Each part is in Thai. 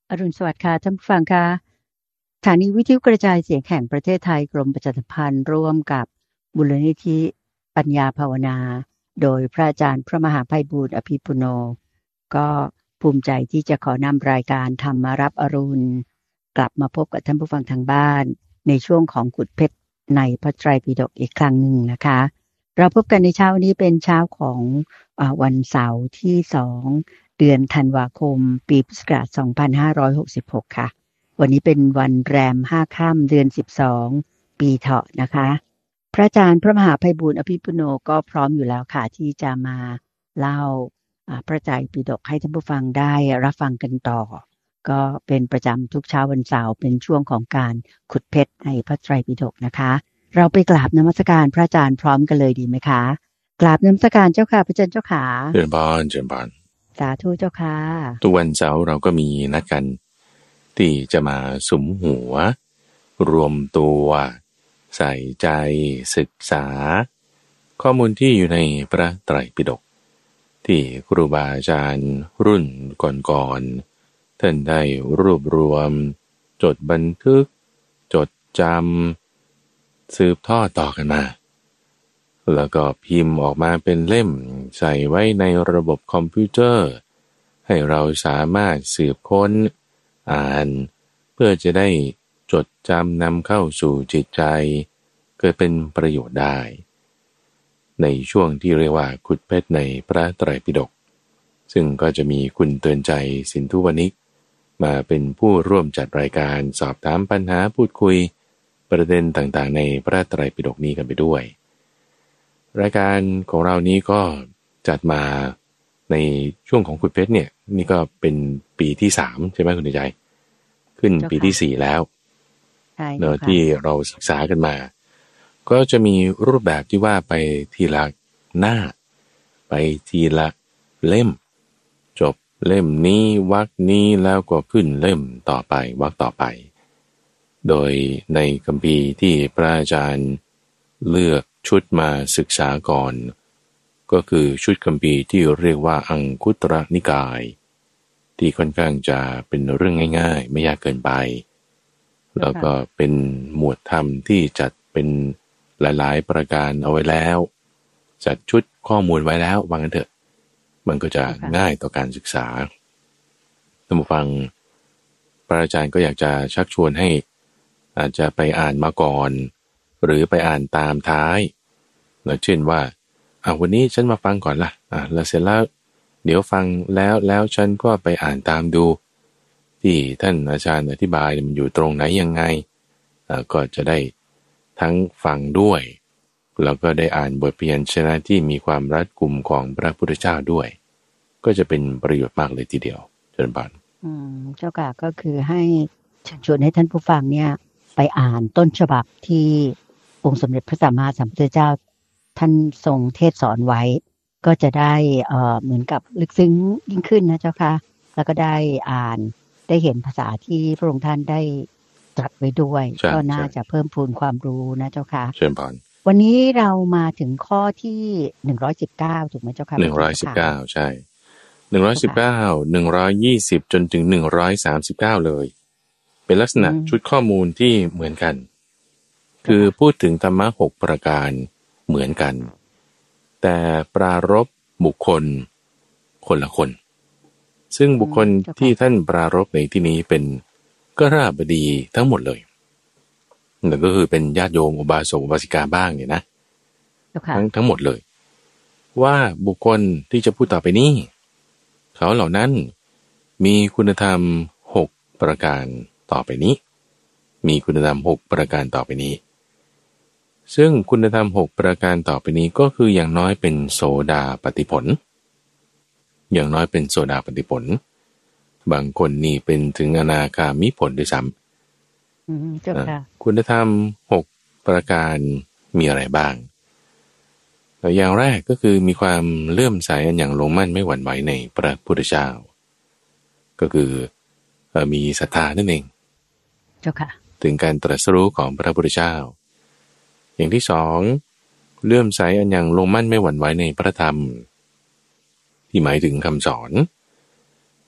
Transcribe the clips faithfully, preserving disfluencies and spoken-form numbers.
อรุณสวัสดิ์ค่ะท่านผู้ฟังค่ะสถานีวิทยุกระจายเสียงแห่งประเทศไทยกรมประชาสัมพันธ์ร่วมกับมูลนิธิปัญญาภาวนาโดยพระอาจารย์พระมหาไพบูลย์อภิปุโนก็ภูมิใจที่จะขอนำรายการธรรมรับอรุณกลับมาพบกับท่านผู้ฟังทางบ้านในช่วงของขุดเพชรในพระไตรปิฎกอีกครั้งหนึ่งนะคะเราพบกันในเช้านี้เป็นเช้าของอ่าวันเสาร์ที่สองเดือนธันวาคมปีพุทธศักราชสองพันห้าร้อยหกสิบหกค่ะวันนี้เป็นวันแรมห้าค่ำเดือนสิบสองปีเถาะนะคะพระอาจารย์พระมหาไพบูลย์อภิปุโนก็พร้อมอยู่แล้วค่ะที่จะมาเล่าอ่าพระไตรปิฎกให้ท่านผู้ฟังได้รับฟังกันต่อก็เป็นประจำทุกเช้าวันเสาร์เป็นช่วงของการขุดเพชรในพระไตรปิฎกนะคะเราไปกราบนมัสการพระอาจารย์พร้อมกันเลยดีไหมคะกราบนมัสการเจ้าค่ะพระอาจารย์เจ้าขาเจริญพรเจริญพรสาธุเจ้าค่ะทุกวันเสาร์เราก็มีนัดกันที่จะมาสุมหัวรวมตัวใส่ใจศึกษาข้อมูลที่อยู่ในพระไตรปิฎกที่ครูบาอาจารย์รุ่นก่อนๆท่านได้รวบรวมจดบันทึกจดจำสืบทอดต่อกันมาแล้วก็พิมพ์ออกมาเป็นเล่มใส่ไว้ในระบบคอมพิวเตอร์ให้เราสามารถสืบค้นอ่านเพื่อจะได้จดจำนำเข้าสู่จิตใจเกิดเป็นประโยชน์ได้ในช่วงที่เรียกว่าขุดเพชรในพระไตรปิฎกซึ่งก็จะมีคุณเตือนใจสินธุวณิกมาเป็นผู้ร่วมจัดรายการสอบถามปัญหาพูดคุยประเด็นต่างๆในพระไตรปิฎกนี้กันไปด้วยรายการของเรานี้ก็จัดมาในช่วงของขุดเพชรเนี่ยนี่ก็เป็นปีที่สามใช่ไหมคุณใจขึ้นปีที่สี่แล้วเนอะที่เราศึกษากันมาก็จะมีรูปแบบที่ว่าไปทีละหน้าไปทีละเล่มจบเล่มนี้วรรคนี้แล้วก็ขึ้นเล่มต่อไปวรรคต่อไปโดยในคัมภีร์ที่พระอาจารย์เลือกชุดมาศึกษาก่อนก็คือชุดคัมภีร์ที่เรียกว่าอังคุตรนิกายที่ค่อนข้างจะเป็นเรื่องง่ายๆไม่ยากเกินไปแล้วก็เป็นหมวดธรรมที่จัดเป็นหลายๆประการเอาไว้แล้วจัดชุดข้อมูลไว้แล้ววางกันเถอะมันก็จะง่ายต่อการศึกษาท่านผู้ฟังพระอาจารย์ก็อยากจะชักชวนให้อาจจะไปอ่านมาก่อนหรือไปอ่านตามท้ายแล้วเช่นว่าอ่ะวันนี้ฉันมาฟังก่อนล่ะอ่ะแล้วเสร็จแล้วเดี๋ยวฟังแล้วแล้วฉันก็ไปอ่านตามดูที่ท่านอาจารย์อธิบายมันอยู่ตรงไหนยังไงอ่ะก็จะได้ทั้งฟังด้วยแล้วก็ได้อ่านบทเพียนชนะที่มีความรัดกุมของพระพุทธเจ้าด้วยก็จะเป็นประโยชน์มากเลยทีเดียวเจริญพรอืมเจ้าค่ะก็คือให้เชิญชวนให้ท่านผู้ฟังเนี่ยไปอ่านต้นฉบับที่องค์สมเด็จพระสัมมาสัมพุทธเจ้าท่านทรงเทศสอนไว้ก็จะได้เอ่อเหมือนกับลึกซึ้งยิ่งขึ้นนะเจ้าค่ะแล้วก็ได้อ่านได้เห็นภาษาที่พระองค์ท่านได้ตรัสไว้ด้วยก็น่าจะเพิ่มพูนความรู้นะเจ้าค่ะเชิญพรวันนี้เรามาถึงข้อที่หนึ่งร้อยสิบเก้าถูกไหมเจ้าค่ะหนึ่งร้อยสิบเก้าใช่หนึ่งร้อยสิบเก้าหนึ่งร้อยยี่สิบจนถึงหนึ่งร้อยสามสิบเก้าเลยเป็นลักษณะชุดข้อมูลที่เหมือนกันคือพูดถึงธรรมะหกประการเหมือนกันแต่ปรารภบุคคลคนละคนซึ่งบุคคลที่ท่านปรารภในที่นี้เป็นกฤหบดีทั้งหมดเลยนั่นก็คือเป็นญาติโยมอุบาสกอุบาสิกาบ้างเนี่ยนะทั้งทั้งหมดเลยว่าบุคคลที่จะพูดต่อไปนี้เขาเหล่านั้นมีคุณธรรมหกประการต่อไปนี้มีคุณธรรมหกประการต่อไปนี้ซึ่งคุณธรรมหกประการต่อไปนี้ก็คืออย่างน้อยเป็นโสดาปัตติผลอย่างน้อยเป็นโสดาปัตติผลบางคนนี่เป็นถึงอนาคามิผลด้วยซ้ำคุณธรรมหกประการมีอะไรบ้างอย่างแรกก็คือมีความเลื่อมใสอันอย่างลงมั่นไม่หวั่นไหวในพระพุทธเจ้าก็คือมีศรัทธานั่นเองเจ้าค่ะถึงการตรัสรู้ของพระพุทธเจ้าอย่างที่สองเลื่อมใสอันอย่างลงมั่นไม่หวั่นไหวในพระธรรมที่หมายถึงคำสอน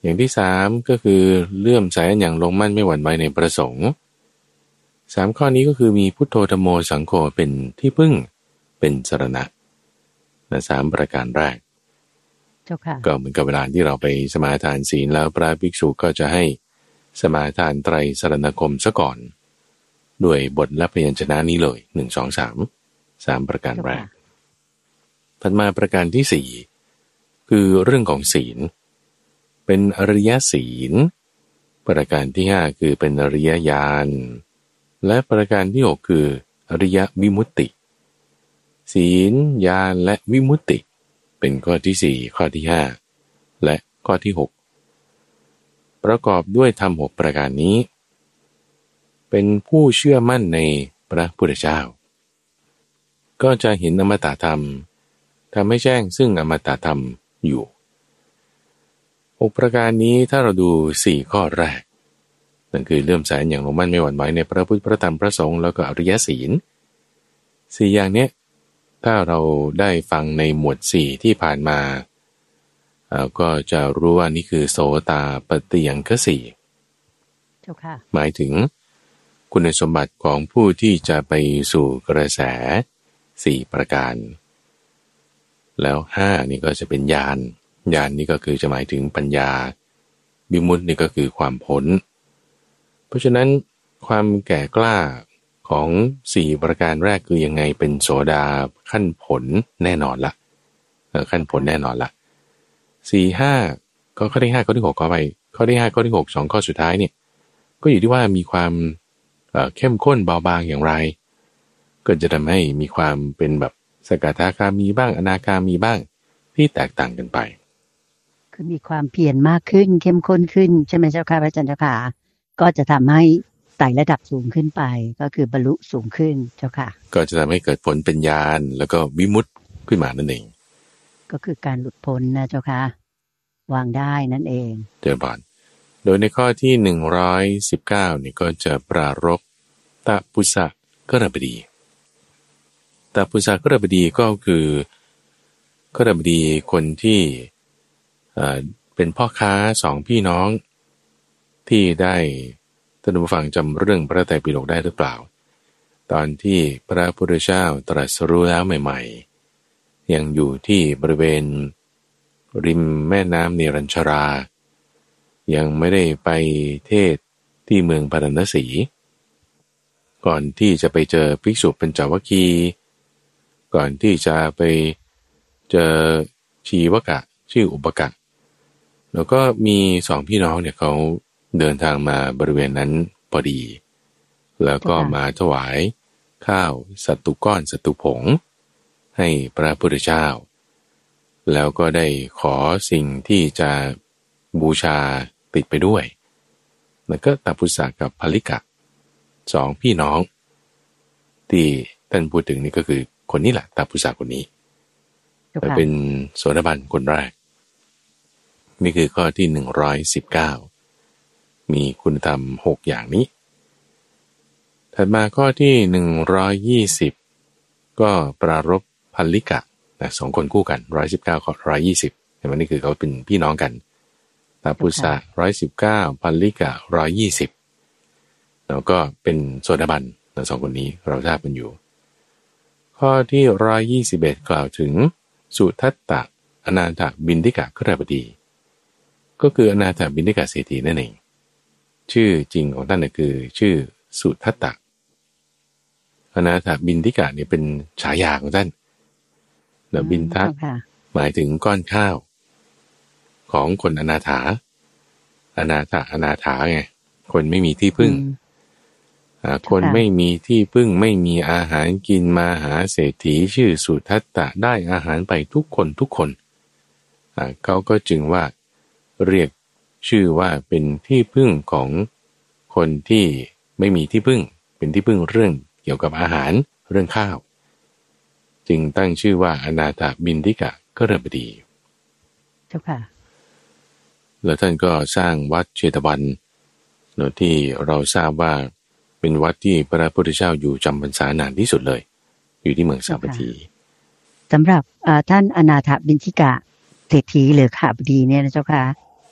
อย่างที่สามก็คือเลื่อมใสอย่างลงมั่นไม่หวั่นไหวในประสงค์สามข้อนี้ก็คือมีพุทโธธัมโมสังโฆเป็นที่พึ่งเป็นสรณะนะสามประการแรกก็เหมือนกับเวลาที่เราไปสมาทานศีลแล้วพระภิกษุก็จะให้สมาทานไตรสรณคมซะก่อนด้วยบทและพยัญชนะนี้เลยหนึ่งสองสามสามประการแรกถัดมาประการที่สี่คือเรื่องของศีลเป็นอริยศีลประการที่ห้าคือเป็นอริยญาณและประการที่หกคืออริยวิมุตติศีลญาณและวิมุตติเป็นข้อที่สี่ข้อที่ห้าและข้อที่หกประกอบด้วยธรรมหกประการนี้เป็นผู้เชื่อมั่นในพระพุทธเจ้าก็จะเห็นอมตะธรรมทำให้แจ้งซึ่งอมตะธรรมอยู่หกประการนี้ถ้าเราดูสี่ข้อแรกนั่นคือเลื่อมใสอย่างลงมั่นไม่หวั่นไหวในพระพุทธพระธรรมพระสงฆ์แล้วก็อริยศีลสี่อย่างเนี้ยถ้าเราได้ฟังในหมวดสี่ที่ผ่านมาเราก็จะรู้ว่านี่คือโสตาปัตติยังคสี่หมายถึงคุณสมบัติของผู้ที่จะไปสู่กระแสสี่ประการแล้วห้านี่ก็จะเป็นญาณญาณนี่ก็คือจะหมายถึงปัญญาวิมุตตินี่ก็คือความพ้นเพราะฉะนั้นความแก่กล้าของสี่ประการแรกคือยังไงเป็นโสดาขั้นผลแน่นอนละขั้นผลแน่นอนละสี่ห้าก็ข้อที่ห้าข้อที่หกก็ไปข้อที่ห้าข้อที่หกสองข้อสุดท้ายเนี่ยก็อยู่ที่ว่ามีความเข้มข้นเบาบางอย่างไรก็จะทำให้มีความเป็นแบบสกทาคามีบ้างอนาคามีบ้างที่แตกต่างกันไปคือมีความเพียรมากขึ้นเข้มข้นขึ้นใช่ไหมเจ้าค่ะพระอาจารย์เจ้าค่ะก็จะทำให้ไต่ระดับสูงขึ้นไปก็คือบรรลุสูงขึ้นเจ้าค่ะก็จะทำให้เกิดผลเป็นญาณแล้วก็วิมุตติขึ้นมานั่นเองก็คือการหลุดพ้นนะเจ้าค่ะวางได้นั่นเองเจริญพรโดยในข้อที่หนึ่งร้อยสิบเก้านี่ก็จะปรารภตปุสสะกฤบดีตปุสสะกฤบดีก็คือกฤบดีคนที่เป็นพ่อค้าสองพี่น้องที่ได้ท่านผู้ฟังจำเรื่องพระไตรปิฎกได้หรือเปล่าตอนที่พระพุทธเจ้าตรัสรู้แล้วใหม่ๆยังอยู่ที่บริเวณริมแม่น้ำเนรัญชรายังไม่ได้ไปเทศที่เมืองพาราณสีก่อนที่จะไปเจอภิกษุปัญจวัคคีย์ก่อนที่จะไปเจอชีวกะชื่ออุปกะแล้วก็มีสองพี่น้องเนี่ยเขาเดินทางมาบริเวณนั้นพอดีแล้วก็มาถวายข้าวสัตตุก้อนสัตตุผงให้พระพุทธเจ้าแล้วก็ได้ขอสิ่งที่จะบูชาติดไปด้วยแล้วก็ตปุสสะกับภลิกะสองพี่น้องที่ท่านพูดถึงนี่ก็คือคนนี้แหละตปุสสะคนนี้เป็นโสดาบันคนแรกนี่คือข้อที่หนึ่งร้อยสิบเก้ามีคุณธรรมหกอย่างนี้ถัดมาข้อที่หนึ่งร้อยยี่สิบก็ปรารภภลิกะนะสองคนคู่กันหนึ่งร้อยสิบเก้าข้อหนึ่งร้อยยี่สิบเห็นไหมนี่คือเขาเป็นพี่น้องกันตปุสสะหนึ่งร้อยสิบเก้าภลิกะหนึ่งร้อยยี่สิบแล้วก็เป็นโสดาบันนะสองคนนี้เราทราบกันอยู่ข้อที่หนึ่งร้อยยี่สิบเอ็ดกล่าวถึงสุทัตตะอนาถบิณฑิกะคฤบดีก็คืออนาถบิณฑิกะเศรษฐีนั่นเองชื่อจริงของท่านก็คือชื่อสุทัตตะอนาถบิณฑิกะเนี่ยเป็นฉายาของท่านแล้วบิณฑะหมายถึงก้อนข้าวของคนอนาถาอนาถะอนาถาไงคนไม่มีที่พึ่งคนไม่มีที่พึ่งไม่มีอาหารกินมาหาเศรษฐีชื่อสุทัตตะได้อาหารไปทุกคนทุกคนเขาก็จึงว่าเรียกชื่อว่าเป็นที่พึ่งของคนที่ไม่มีที่พึ่งเป็นที่พึ่งเรื่องเกี่ยวกับอาหารเรื่องข้าวจึงตั้งชื่อว่าอนาถบิณฑิกะคฤบดีเจ้าค่ะแล้วท่านก็สร้างวัดเชตวันโดยที่เราทราบว่าเป็นวัดที่พระพุทธเจ้าอยู่จำพรรษานานที่สุดเลยอยู่ที่เมืองสาวัตถีสำหรับท่านอนาถบิณฑิกะเศรษฐีหรือขบดีเนี่ยนะเจ้าค่ะ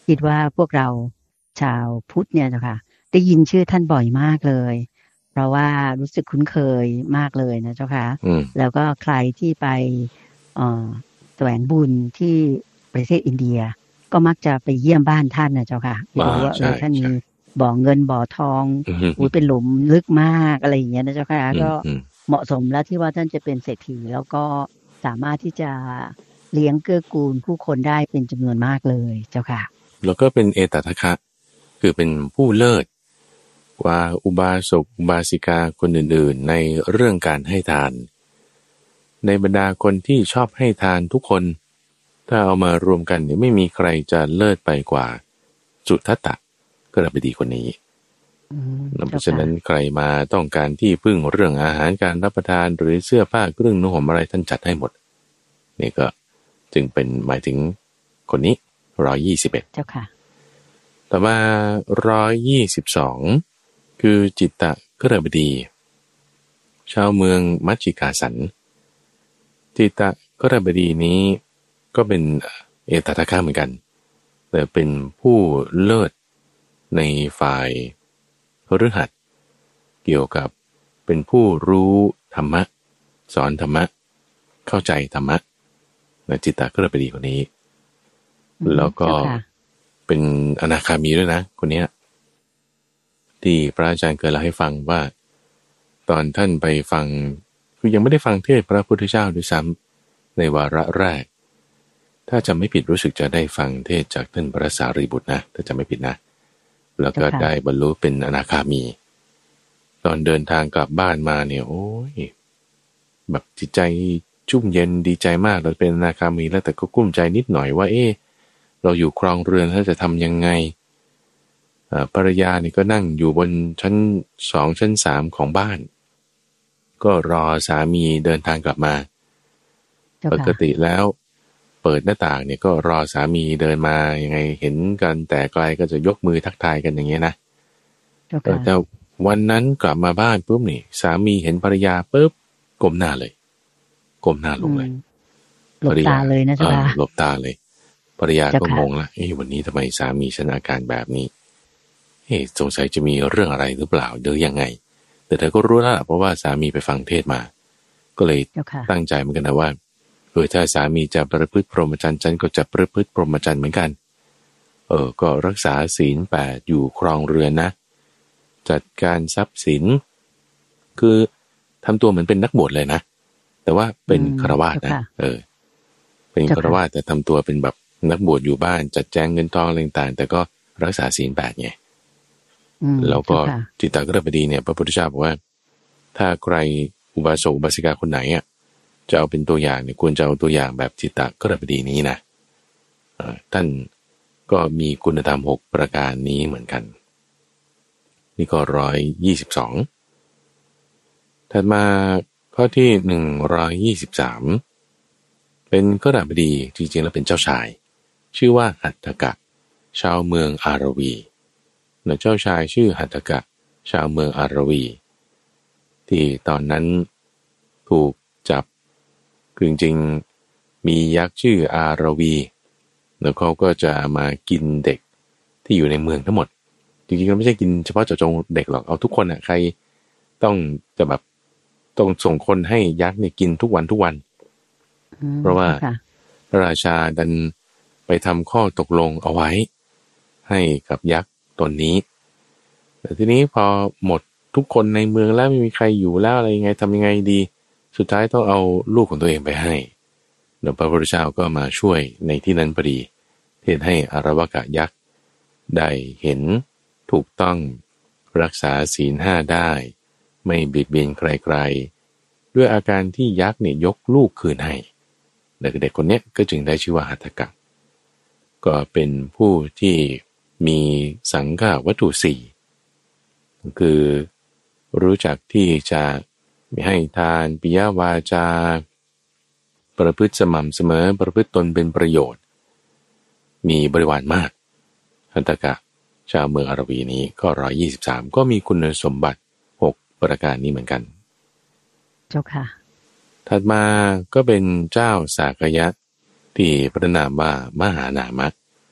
คิดว่าพวกเราชาวพุทธเนี่ยนะคะได้ยินชื่อท่านบ่อยมากเลยเพราะว่ารู้สึกคุ้นเคยมากเลยนะเจ้าค่ะแล้วก็ใครที่ไปเอ่อแสวงบุญที่ประเทศอินเดียก็มักจะไปเยี่ยมบ้านท่านนะเจ้าค่ะรู้ว่าเออท่านมีบ่อเงินบ่อทองอุ้ยเป็นหลุมลึกมากอะไรอย่างเงี้ยนะเจ้าค่ะก็เหมาะสมแล้วที่ว่าท่านจะเป็นเศรษฐีแล้วก็สามารถที่จะเลี้ยงเกื้อกูลผู้คนได้เป็นจำนวนมากเลยเจ้าค่ะแล้วก็เป็นเอตทัคคะคือเป็นผู้เลิศกว่าอุบาสกอุบาสิกาคนอื่นๆในเรื่องการให้ทานในบรรดาคนที่ชอบให้ทานทุกคนถ้าเอามารวมกันเนี่ยไม่มีใครจะเลิศไปกว่าสุทัตตะก็ระบดีคนนี้เพราะฉะนั้นใครมาต้องการที่พึ่งเรื่องอาหารการรับประทานหรือเสื้อผ้าเครื่องนุ่งห่มอะไรท่านจัดให้หมดนี่ก็จึงเป็นหมายถึงคนนี้ร้อยยี่สิบเอ็ดเจ้าค่ะต่อมาร้อยยี่สิบสองคือจิตตกฤบดีชาวเมืองมัชชิกาสันจิตตกฤบดีนี้ก็เป็นเอตทัคคะเหมือนกันแต่เป็นผู้เลิศในฝ่ายฤหัสเกี่ยวกับเป็นผู้รู้ธรรมะสอนธรรมะเข้าใจธรรมะและจิตตกฤบดีคนนี้แล้วก็เป็นอนาคามีด้วยนะคนนี้ที่พระอาจารย์เคยเล่าให้ฟังว่าตอนท่านไปฟังคือยังไม่ได้ฟังเทศน์พระพุทธเจ้าด้วยซ้ำในวาระแรกถ้าจำไม่ผิดรู้สึกจะได้ฟังเทศน์จากท่านพระสารีบุตรนะถ้าจำไม่ผิดนะแล้วก็ได้บรรลุเป็นอนาคามีตอนเดินทางกลับบ้านมาเนี่ยโอ้ยแบบจิตใจชุ่มเย็นดีใจมากเราเป็นอนาคามีแล้วแต่ก็กุ้มใจนิดหน่อยว่าเอ๊ะเราอยู่ครองเรือนแล้วจะทำยังไงภรรยานี่ก็นั่งอยู่บนชั้นสองชั้นสามของบ้านก็รอสามีเดินทางกลับมาปกติแล้วเปิดหน้าต่างเนี่ยก็รอสามีเดินมายังไงเห็นกันแต่ไกลก็จะยกมือทักทายกันอย่างเงี้ยนะแต่วันนั้นกลับมาบ้านปุ๊บนี่สามีเห็นภรรยาปุ๊บก้มหน้าเลยก้มหน้าลงเลยหลบตาเลยนะจ๊ะหลบตาเลยภรรยาก็งงละเอ้ยวันนี้ทำไมสามีฉันอาการแบบนี้เฮ้ยสงสัยจะมีเรื่องอะไรหรือเปล่าเดี๋ยวยังไงแต่เธอก็รู้แล้วเพราะว่าสามีไปฟังเทศมาก็เลยตั้งใจเหมือนกันนะว่าโดยถ้าสามีจะประพฤติพรหมจรรย์ฉันก็จะประพฤติพรหมจรรย์เหมือนกันเออก็รักษาศีลแปดอยู่ครองเรือนนะจัดการทรัพย์สินคือทำตัวเหมือนเป็นนักบวชเลยนะแต่ว่าเป็นฆราวาสนะเออเป็นฆราวาสแต่ทำตัวเป็นแบบนักบวชอยู่บ้านจัดแจงเงินทองอะไรต่างๆแต่ก็รักษาศีลแปดไงแล้วก็จิตตกฤบดีเนี่ยพระพุทธเจ้าบอกว่าถ้าใครอุบาสกอุบาสิกาคนไหนอ่ะจะเอาเป็นตัวอย่างเนี่ยควรจะเอาตัวอย่างแบบจิตตกฤบดีนี้นะท่านก็มีคุณธรรมหกประการนี้เหมือนกันนี่ก็ร้อยยี่สิบสองถัดมาข้อที่หนึ่งร้อยยี่สิบสามเป็นกฤบดีจริงๆแล้วเป็นเจ้าชายชื่อว่าหัตถกะชาวเมืองอารวีและเจ้าชายชื่อหัตถกะชาวเมืองอารวีที่ตอนนั้นถูกจับคือจริงๆมียักษ์ชื่ออารวีแล้วเขาก็จะมากินเด็กที่อยู่ในเมืองทั้งหมดจริงๆก็ไม่ใช่กินเฉพาะเจาะจงเด็กหรอกเอาทุกคนอ่ะใครต้องจะแบบต้องส่งคนให้ยักษ์เนี่ยกินทุกวันทุกวันเพราะว่าพระราชาดันไปทำข้อตกลงเอาไว้ให้กับยักษ์ตนนี้แต่ทีนี้พอหมดทุกคนในเมืองแล้วไม่มีใครอยู่แล้วอะไรยังไงทำยังไงดีสุดท้ายต้องเอาลูกของตัวเองไปให้แล้วพระพุทธเจ้าก็มาช่วยในที่นั้นพอดีเทศให้อารวกะยักษ์ได้เห็นถูกต้องรักษาศีลห้าได้ไม่เบียดเบียนใครๆด้วยอาการที่ยักษ์เนี่ยยกลูกคืนให้เด็กๆคนนี้ก็จึงได้ชื่อว่าหัตถกะก็เป็นผู้ที่มีสังฆวัตถุสี่คือรู้จักที่จะให้ทานปิยวาจาประพฤติสม่ำเสมอประพฤติตนเป็นประโยชน์มีบริวารมากหัตถกะชาวเมืองอารวีนี้ก็ร้อยยี่สิบสามก็มีคุณสมบัติหกประการนี้เหมือนกันเจ้าค่ะถัดมาก็เป็นเจ้าสากยะที่พระนามว่ามหานามะ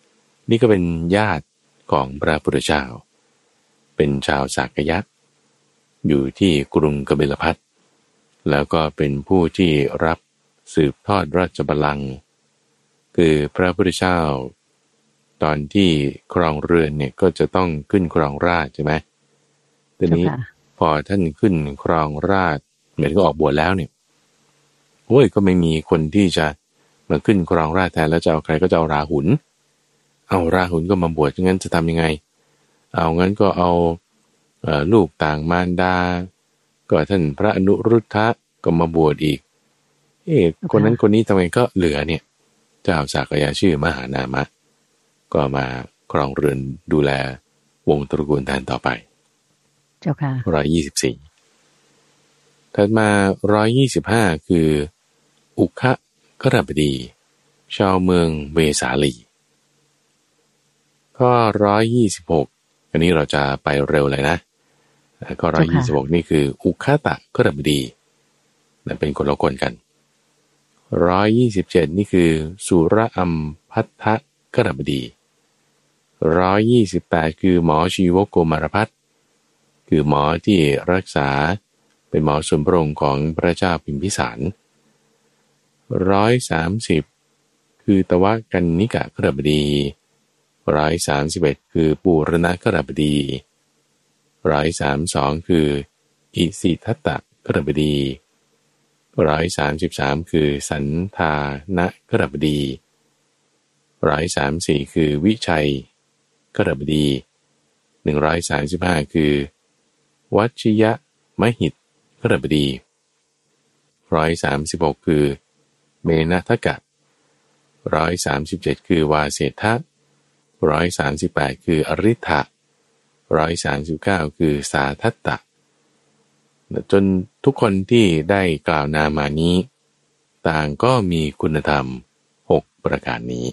นี่ก็เป็นญาติของพระพุทธเจ้าเป็นชาวสากยะอยู่ที่กรุงกบิลพัสดุแล้วก็เป็นผู้ที่รับสืบทอดราชบัลลังก์คือพระพุทธเจ้าตอนที่ครองเรือนเนี่ยก็จะต้องขึ้นครองราชย์ใช่ไหมทีนี้พอท่านขึ้นครองราชย์เหมือนก็ออกบวชแล้วเนี่ยโอ้ยก็ไม่มีคนที่จะมาขึ้นครองราชย์แทนแล้วจะเอาใครก็จะเอาราหุลเอาราหุลก็มาบวชงั้นจะทำยังไงเอางั้นก็เอาเอ่อลูกต่างมารดาก็ท่านพระอนุรุทธะก็มาบวชอีกเอ๊ะคนนั้นคนนี้ทำไมก็เหลือเนี่ยเจ้าสากยะชื่อมหานามะก็มาครองเรือนดูแลวงตระกูลแทนต่อไปเจ้าค่ะร้อยยี่สิบสี่ถัดมาร้อยยี่สิบห้าคืออุคะกฤบดีชาวเมืองเวสาลีข้อร้อยยี่สิบหกอันนี้เราจะไปเร็วเลยนะข้อร้อยยี่สิบหกนี่คืออุคะตะกฤบดีนั่นเป็นคนละคนกันร้อยยี่สิบเจ็ดนี่คือสุระอัมพัทธกฤบดีร้อยยี่สิบแปดคือหมอชีวโกมารพัฒน์คือหมอที่รักษาเป็นหมอส่วนพระองค์ของพระเจ้าพิมพิสารร้อยสามสิบคือตวกันนิกะกฤบดีร้อยสามสิบเอ็ดคือปูรณะกฤบดีร้อยสามสองคืออิสิทัตตะกฤบดีร้อยสามสิบสามคือสันธานะกฤบดีร้อยสามสี่คือวิชัยกฤบดีหนึ่งร้อยสามสิบห้าคือวัชิยะมหิตกฤบดีร้อยสามสิบหกคือเมนะทกะร้อยสามสิบเจ็ดคือวาเสทะร้อยสามสิบแปดคืออริ ทะร้อยสามสิบเก้าคือสาทัตตะจนทุกคนที่ได้กล่าวนามมานี้ต่างก็มีคุณธรรมหกประการนี้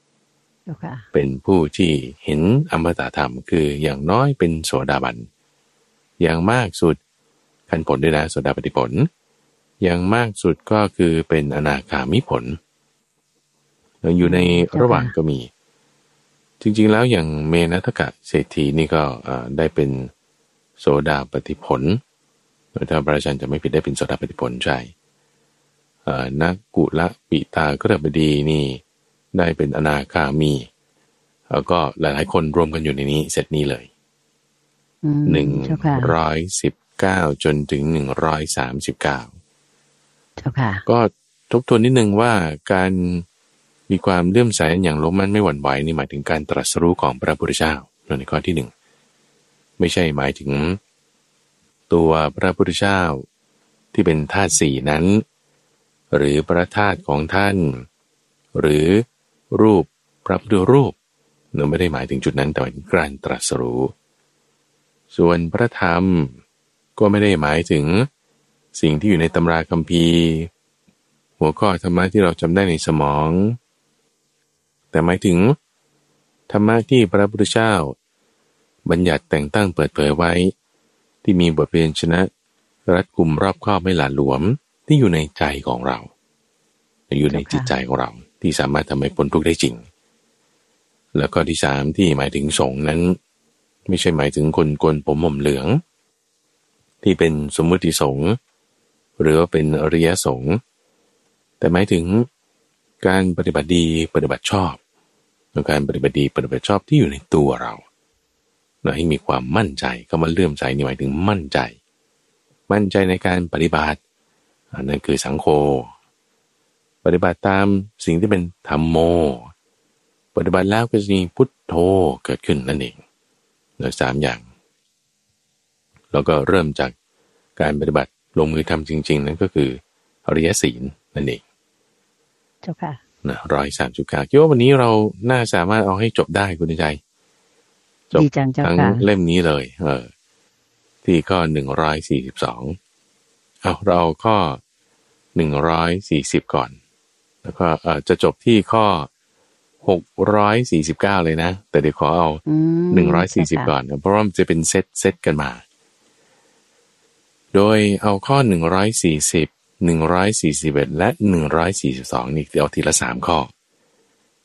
okay. เป็นผู้ที่เห็นอมตะธรรมคืออย่างน้อยเป็นโสดาบันอย่างมากสุดขั้นผลด้วยนะโสดาปัตติผลอย่างมากสุดก็คือเป็นอนาคามิผลอยู่ในระหว่างก็มีจริงๆแล้วอย่างเมนะทกะเศรษฐีนี่ก็ได้เป็นโสดาปัตติผลถ้าพระอาจารย์จะไม่ผิดได้เป็นโสดาปัตติผลใช่นักกุละปิตากฤบดีนี่ได้เป็นอนาคามีแล้วก็หลายๆคนรวมกันอยู่ในนี้เสร็จนี้เลยหนึ่งร้อยสิบเก้าจนถึงหนึ่งร้อยสามสิบเก้าก็ทบทวนนิดนึงว่าการมีความเลื่อมใสอย่างล้มมั่นไม่หวั่นไหวนี่หมายถึงการตรัสรู้ของพระพุทธเจ้าในข้อที่หนึ่งไม่ใช่หมายถึงตัวพระพุทธเจ้าที่เป็นธาตุสี่นั้นหรือพระธาตุของท่านหรือรูปพระพุทธรูปเราไม่ได้หมายถึงจุดนั้นแต่หมายถึงการตรัสรู้ส่วนพระธรรมก็ไม่ได้หมายถึงสิ่งที่อยู่ในตำราคัมภีร์หัวข้อธรรมะที่เราจำได้ในสมองแต่หมายถึงธรรมะที่พระพุทธเจ้าบัญญัติแต่งตั้งเปิดเผยไว้ที่มีบทเรียนชนะรัดกุมรอบครอบไม่หลาหลวมที่อยู่ในใจของเราอยู่ในจิตใจของเราที่สามารถทำให้พ้นทุกข์ได้จริงแล้วก็ที่สามที่หมายถึงสงฆ์นั้นไม่ใช่หมายถึงคนโกนผมห่มเหลืองที่เป็นสมมุติสงฆ์หรือว่าเป็นอริยสงฆ์แต่หมายถึงการปฏิบัติดีปฏิบัติชอบการปฏิบัติดีปฏิบัติชอบที่อยู่ในตัวเราเราให้มีความมั่นใจก็มาเลื่อมใสนี่หมายถึงมั่นใจมั่นใจในการปฏิบัตินั่นคือสังโฆปฏิบัติตามสิ่งที่เป็นธัมโมปฏิบัติแล้วก็จะมีพุทโธเกิดขึ้นนั่นเองเราสามอย่างแล้วก็เริ่มจากการปฏิบัติลงมือทำจริงๆนั่นก็คืออริยศีลนั่นเองเจ้าค่ะนะร้อยสามสิบเก้าคิดว่าวันนี้เราน่าสามารถเอาให้จบได้คุณใจจบทั้งเล่มนี้เลยเออที่ข้อหนึ่งร้อยสี่สิบสองเอาเราเอาข้อหนึ่งร้อยสี่สิบก่อนแล้วก็เอ่อจะจบที่ข้อหกร้อยสี่สิบเก้าเลยนะแต่เดี๋ยวขอเอาหนึ่งร้อยสี่สิบก่อนเพราะว่ามันจะเป็นเซตเซตกันมาโดยเอาข้อหนึ่งร้อยสี่สิบ หนึ่งร้อยสี่สิบเอ็ดและหนึ่งร้อยสี่สิบสองนี่เอาทีละสามข้อ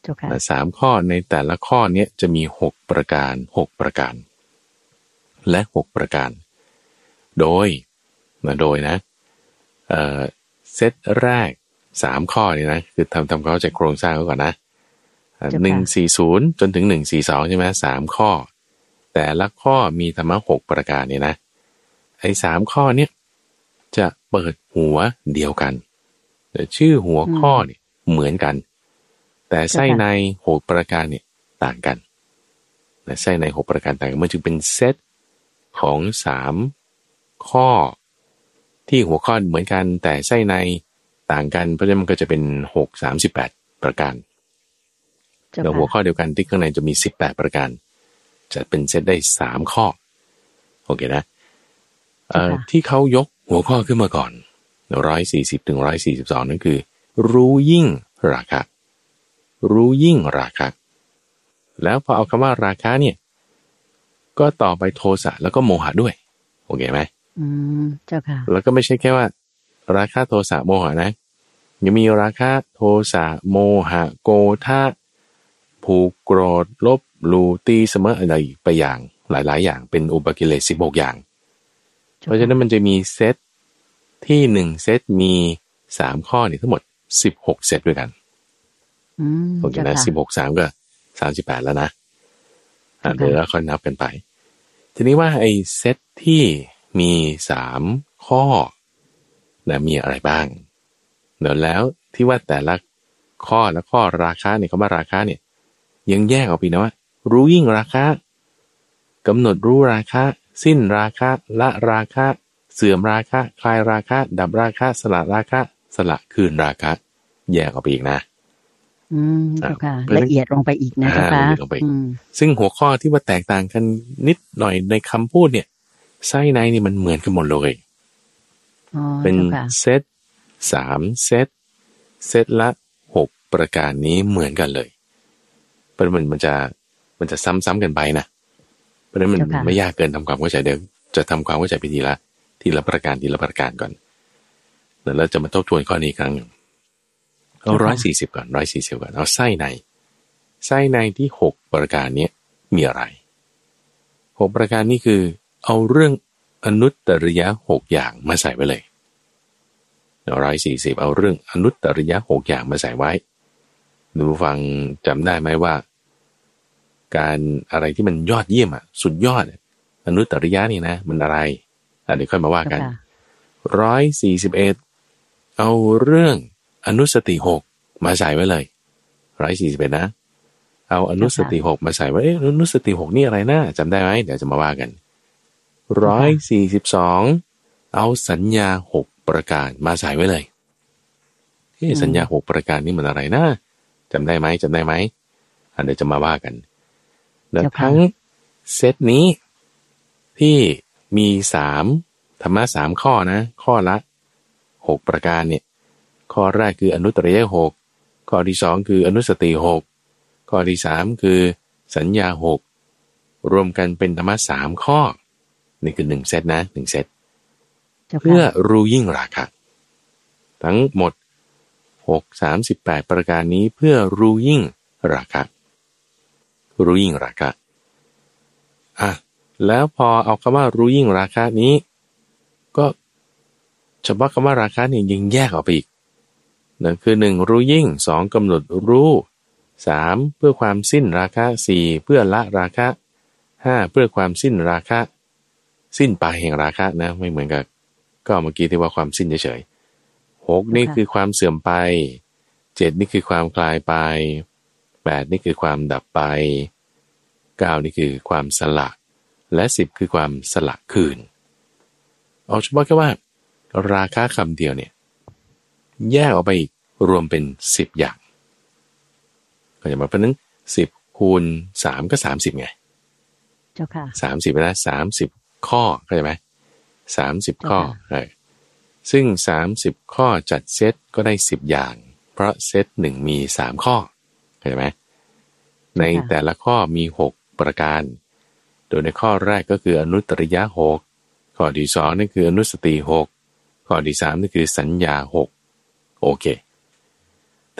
สามข้อในแต่ละข้อเนี้ยจะมีหกประการหกประการและหกประการโดยนะโดยนะเอ่อเซตแรกสามข้อนี่นะคือทำทำเข้าใจโครงสร้างก่อนนะหนึ่งสี่ศูนย์จนถึงหนึ่งสี่สองใช่ไหมสามข้อแต่ละข้อมีธรรมะหกประการเนี่ยนะไอ้สามข้อเนี้ยจะเปิดหัวเดียวกันชื่อหัวข้อเนี่ยเหมือนกันแต่ไส้ในหกประการเนี่ยต่างกันแต่ไส้ในหกประการต่างกันมันจึงเป็นเซตของสามข้อที่หัวข้อเหมือนกันแต่ไส้ในต่างกันเพราะฉะนั้นมันก็จะเป็นหก สามสิบแปดประการแล้วหัวข้อเดียวกันที่ข้างในจะมีสิบแปดประการจะเป็นเซตได้สามข้อโอเคนะเอ่อที่เขายกหัวข้อขึ้นมาก่อนหนึ่งร้อยสี่สิบถึงหนึ่งร้อยสี่สิบสองนั่นคือรู้ยิ่งราคะรู้ยิ่งราคะแล้วพอเอาคำว่าราคะเนี่ยก็ต่อไปโทสะแล้วก็โมหะด้วยโอเคไหมอืมเจ้าค่ะแล้วก็ไม่ใช่แค่ว่าราคะโทสะโมหะนะยังมีราคะโทสะโมหะโกธาผูกโกรธลบหลู่ตีเสมออะไรไปอย่างหลายๆอย่างเป็นอุปกิเลสสิบหกอย่างเพราะฉะนั้นมันจะมีเซตที่หนึ่งเซตมีสามข้อนี่ทั้งหมดสิบหกเซตด้วยกันอืมโอเคนะสิบหก สามก็สามสิบแปดแล้วนะเดี๋ยวเราค่อยนับกันไปทีนี้ว่าไอ้เซตที่มีสามข้อนะมีอะไรบ้างเดี๋ยวแล้วที่ว่าแต่ละข้อและข้อราคะเนี่ยคำว่าราคะเนี่ยยังแยกออกไปนะว่ารู้ยิ่งราคะกำหนดรู้ราคะสิ้นราคะละราคะเสื่อมราคะคลายราคะดับราคะสละราคะสละคืนราคะแยกออกไปอีกนะอืมเจ้าค่ะละเอียดลงไปอีกนะเจ้าค่ะซึ่งหัวข้อที่ว่าแตกต่างกันนิดหน่อยในคำพูดเนี่ยไส้ในนี่มันเหมือนกันหมดเลยเป็นเซตสามเซตเซตละหกประการนี้เหมือนกันเลยเพราะมันมันจะมันจะซ้ำๆกันไปนะเพราะฉะนั้นมันไม่ยากเกินทำความเข้าใจเดี๋ยวจะทำความเข้าใจไปทีละทีละประการทีละประการก่อนแล้วเราจะมาทบทวนข้อนี้ครั้งเอาร้อยสี่สิบก่อนร้อยสี่สิบก่อนเอาไส้ในไส้ในที่หกประการนี้มีอะไรหกประการนี้คือเอาเรื่องอนุตตริยะหกอย่างมาใส่ไว้เลยร้อยสี่สิบเอาเรื่องอนุตตริยะหกอย่างมาใส่ไว้ดูฟังจำได้ไหมว่าการอะไรที่มันยอดเยี่ยมอ่ะสุดยอดอนุตตริยะนี่นะมันอะไรอ่ะเดี๋ยวค่อยมาว่ากันร้อยสี่สิบเอ็ดเอาเรื่องอนุสติหกมาใส่ไว้เลยร้อยสี่สิบเอ็ดนะเอาอนุสติหกมาใส่ไว้เอ๊ะอนุสติหกนี่อะไรนะจำได้ไหมเดี๋ยวจะมาว่ากันร้อยสี่สิบสองเอาสัญญาหกประการมาใส่ไว้เลยที่สัญญาหกประการนี่มันอะไรนะจำได้ไหมจำได้ไหมอันเดี๋ยวจะมาว่ากันแล้วทั้งเซตนี้ที่มีสามธรรมะสามข้อนะข้อละหกประการเนี่ยข้อแรกคืออนุตตริยะหกข้อที่สองคืออนุสติหกข้อที่สามคือสัญญาหกรวมกันเป็นธรรมะสามข้อนี่คือหนึ่งเซตนะหนึ่งเซตเพื่อรู้ยิ่งราคะทั้งหมดหก สามสิบแปดประการนี้เพื่อรู้ยิ่งราคะรู้ยิ่งราคะอ่ะแล้วพอเอาคำว่ารู้ยิ่งราคะนี้ก็เฉพาะคำว่าราคะเนี่ยยังแยกออกไปอีกนั่นคือหนึ่งรู้ยิ่งสองกำหนดรู้สามเพื่อความสิ้นราคะสี่เพื่อละราคะห้าเพื่อความสิ้นราคะสิ้นไปแห่งราคะนะไม่เหมือนกับก็เมื่อกี้ที่ว่าความสิ้นเฉยๆหกนี่คือความเสื่อมไปเจ็ดนี่คือความคลายไปแปดนี่คือความดับไปเก้านี่คือความสละและสิบคือความสละคืนเอาเฉพาะแค่ว่าราคะคำเดียวเนี่ยแยกออกไปอีกรวมเป็นสิบอย่างก็จะมาเพราะนั้นสิบคูณสามก็สามสิบไงเจ้าค่ะสามสิบนะสามสิบข้อเข้าใจไหมสามสิบข้อเออซึ่งสามสิบข้อจัดเซตก็ได้สิบอย่างเพราะเซตหนึ่งมีสามข้อเข้าใจไหมในแต่ละข้อมีหกประการโดยในข้อแรกก็คืออนุตตริยะหกข้อที่สองนั่นคืออนุสติหกข้อที่สามนั่นคือสัญญาหกโอเคทีนี้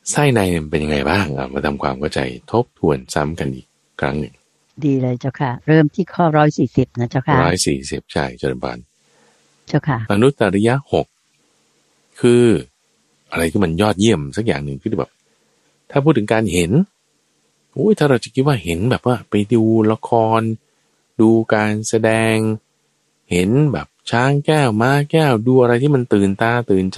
ไส้ในเป็นยังไงบ้างมาทำความเข้าใจทบทวนซ้ำกันอีกครั้งหนึ่งดีเลยเจ้าค่ะเริ่มที่ข้อหนึ่งร้อยสี่สิบนะเจ้าค่ะหนึ่งร้อยสี่สิบใช่เจริญพรเจ้าค่ะอนุตตริยะหกคืออะไรที่มันยอดเยี่ยมสักอย่างหนึ่งคือแบบถ้าพูดถึงการเห็นโอ้ยถ้าเราจะคิดว่าเห็นแบบว่าไปดูละครดูการแสดงเห็นแบบช้างแก้วม้าแก้วดูอะไรที่มันตื่นตาตื่นใจ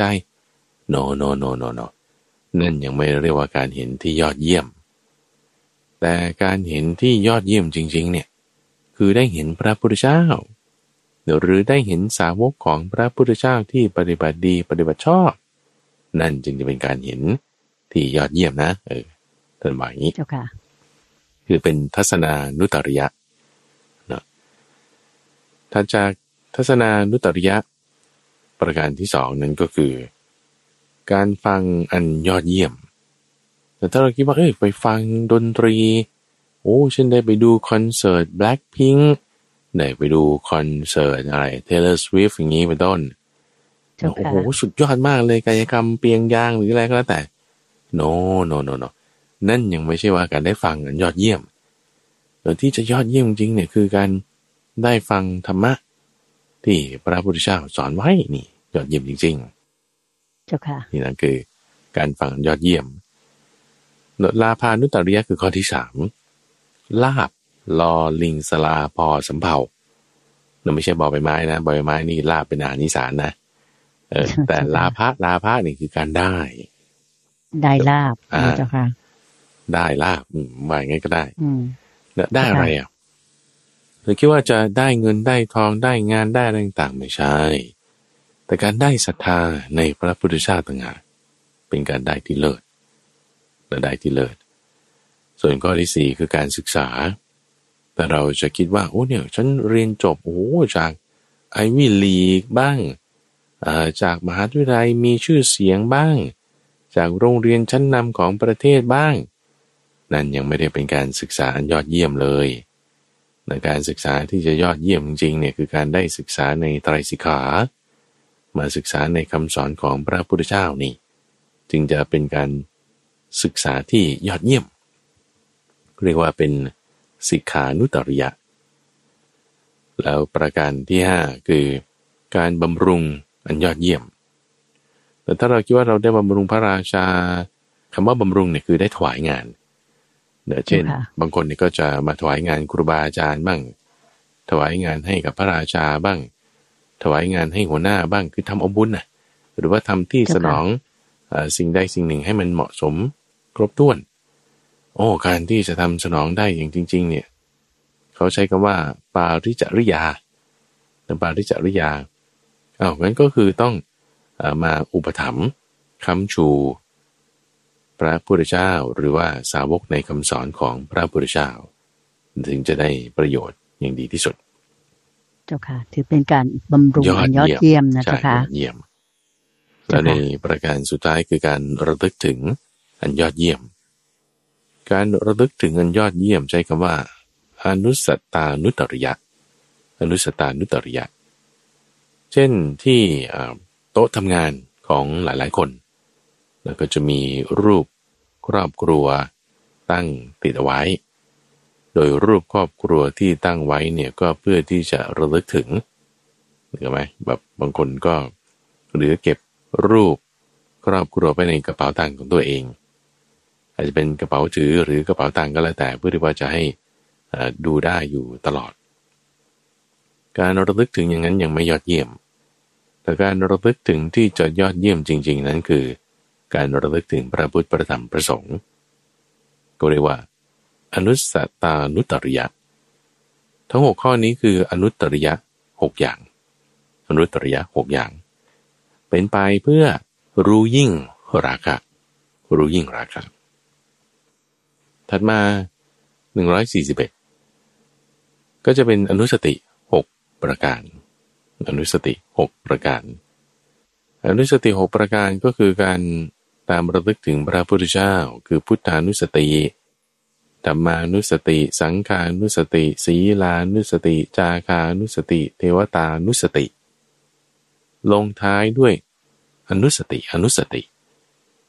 no no no no no นั่นยังไม่เรียกว่าการเห็นที่ยอดเยี่ยมแต่การเห็นที่ยอดเยี่ยมจริงๆเนี่ยคือได้เห็นพระพุทธเจ้าหรือได้เห็นสาวกของพระพุทธเจ้าที่ปฏิบัติดีปฏิบัติชอบนั่นจึงจะเป็นการเห็นที่ยอดเยี่ยมนะเออท่านบอกอย่างนี้เจ้าค่ะคือเป็นทัศนานุตริยะเนาะถ้าจากทัศนานุตริยะประการที่สองนั้นก็คือการฟังอันยอดเยี่ยมแต่ถ้าเราคิดว่าเอ้ยไปฟังดนตรีโอ้ฉันได้ไปดูคอนเสิร์ต Blackpink ได้ไปดูคอนเสิร์ตอะไร Taylor Swift อย่างนี้เป็นต้นโอ้โหสุดยอดมากเลยกายกรรมเปียงยางหรืออะไรก็แล้วแต่ no no no no นั่นยังไม่ใช่ว่าการได้ฟังอันยอดเยี่ยมแต่ที่จะยอดเยี่ยมจริงเนี่ยคือการได้ฟังธรรมะที่พระพุทธเจ้าสอนไว้นี่ยอดเยี่ยมจริงๆเจ้าค่ะนี่นั่นคือการฟังยอดเยี่ยมลาภานุตริยะคือข้อที่สามลาบลอลิงสลาพอสำเภาเราไม่ใช่บอใบไม้นะบอใบไม้นี่ลาบเป็นอาหารอีสานนะเออแต่ลาภะลาภะนี่คือการได้ได้ลาบเจ้าค่ะได้ลาบว่าอย่างงี้ก็ได้แล้วได้อะไรอ่ะเราคิดว่าจะได้เงินได้ทองได้งานได้อะไรต่างๆไม่ใช่แต่การได้ศรัทธาในพระพุทธเจ้าต่างหากเป็นการได้ที่เลิศและได้ที่เลิศส่วนข้อที่สี่คือการศึกษาแต่เราจะคิดว่าโอ้เนี่ยฉันเรียนจบโอ้จากไอวี่ลีกบ้างจากมหาวิทยาลัยมีชื่อเสียงบ้างจากโรงเรียนชั้นนำของประเทศบ้างนั่นยังไม่ได้เป็นการศึกษาอันยอดเยี่ยมเลยในการศึกษาที่จะยอดเยี่ยมจริงๆเนี่ยคือการได้ศึกษาในไตรสิกขามาศึกษาในคำสอนของพระพุทธเจ้านี่จึงจะเป็นการศึกษาที่ยอดเยี่ยมเรียกว่าเป็นสิกขานุตริยะแล้วประการที่ห้าคือการบำรุงอันยอดเยี่ยมแต่ถ้าเราคิดว่าเราได้บำรุงพระราชาคำว่าบำรุงเนี่ยคือได้ถวายงานเดี๋ยวเช่นบางคนเนี่ยก็จะมาถวายงานครูบาอาจารย์บ้างถวายงานให้กับพระราชาบ้างถวายงานให้หัวหน้าบ้างคือทำเอาบุญนะหรือว่าทำที่สนองสิ่งใดสิ่งหนึ่งให้มันเหมาะสมครบถ้วนโอ้การที่จะทำสนองได้อย่างจริงๆเนี่ยเขาใช้คำว่าปาริจริยาแต่ปาริจริยาอ้าวงั้นก็คือต้องมาอุปถัมภ์ค้ำชูพระพุทธเจ้าหรือว่าสาวกในคำสอนของพระพุทธเจ้าถึงจะได้ประโยชน์อย่างดีที่สุดเจ้าค่ะถือเป็นการบำรุงอันยอดเยี่ยมนะเจ้าค่ะยอดเยี่ยมและในประการสุดท้ายคือการระลึกถึงอันยอดเยี่ยมการระลึกถึงอันยอดเยี่ยมใช้คำว่าอนุสัตตานุตริยะอนุสัตตานุตริยะเช่นที่โต๊ะทำงานของหลายๆคนแล้วก็จะมีรูปครอบครัวตั้งติดเอาไว้โดยรูปครอบครัวที่ตั้งไว้เนี่ยก็เพื่อที่จะระลึกถึงเห็นไหมแบบบางคนก็หรือเก็บรูปครอบครัวไปในกระเป๋าตังค์ของตัวเองอาจจะเป็นกระเป๋าถือหรือกระเป๋าตังค์ก็แล้วแต่เพื่อที่ว่าจะให้ดูได้อยู่ตลอดการระลึกถึงอย่างนั้นยังไม่ยอดเยี่ยมแต่การระลึกถึงที่จะยอดเยี่ยมจริงๆนั้นคือการระลึกถึงพระพุทธพระธรรมพระสงฆ์ก็เรียกว่าอนุสัตตานุตริยะทั้งหกข้อนี้คืออนุตริยะหกอย่างอนุตริยะหกอย่างเป็นไปเพื่อรู้ยิ่งราคะรู้ยิ่งราคะถัดมาหนึ่งร้อยสี่สิบเอ็ดก็จะเป็นอนุสติหกประการอนุสติหกประการอนุสติหกประการก็คือการตามระลึกถึงพระพุทธเจ้าคือพุทธานุสติธัมมานุสติสังฆานุสติศีลานุสติจาคานุสติเทวตานุสติลงท้ายด้วยอนุสติอนุสติ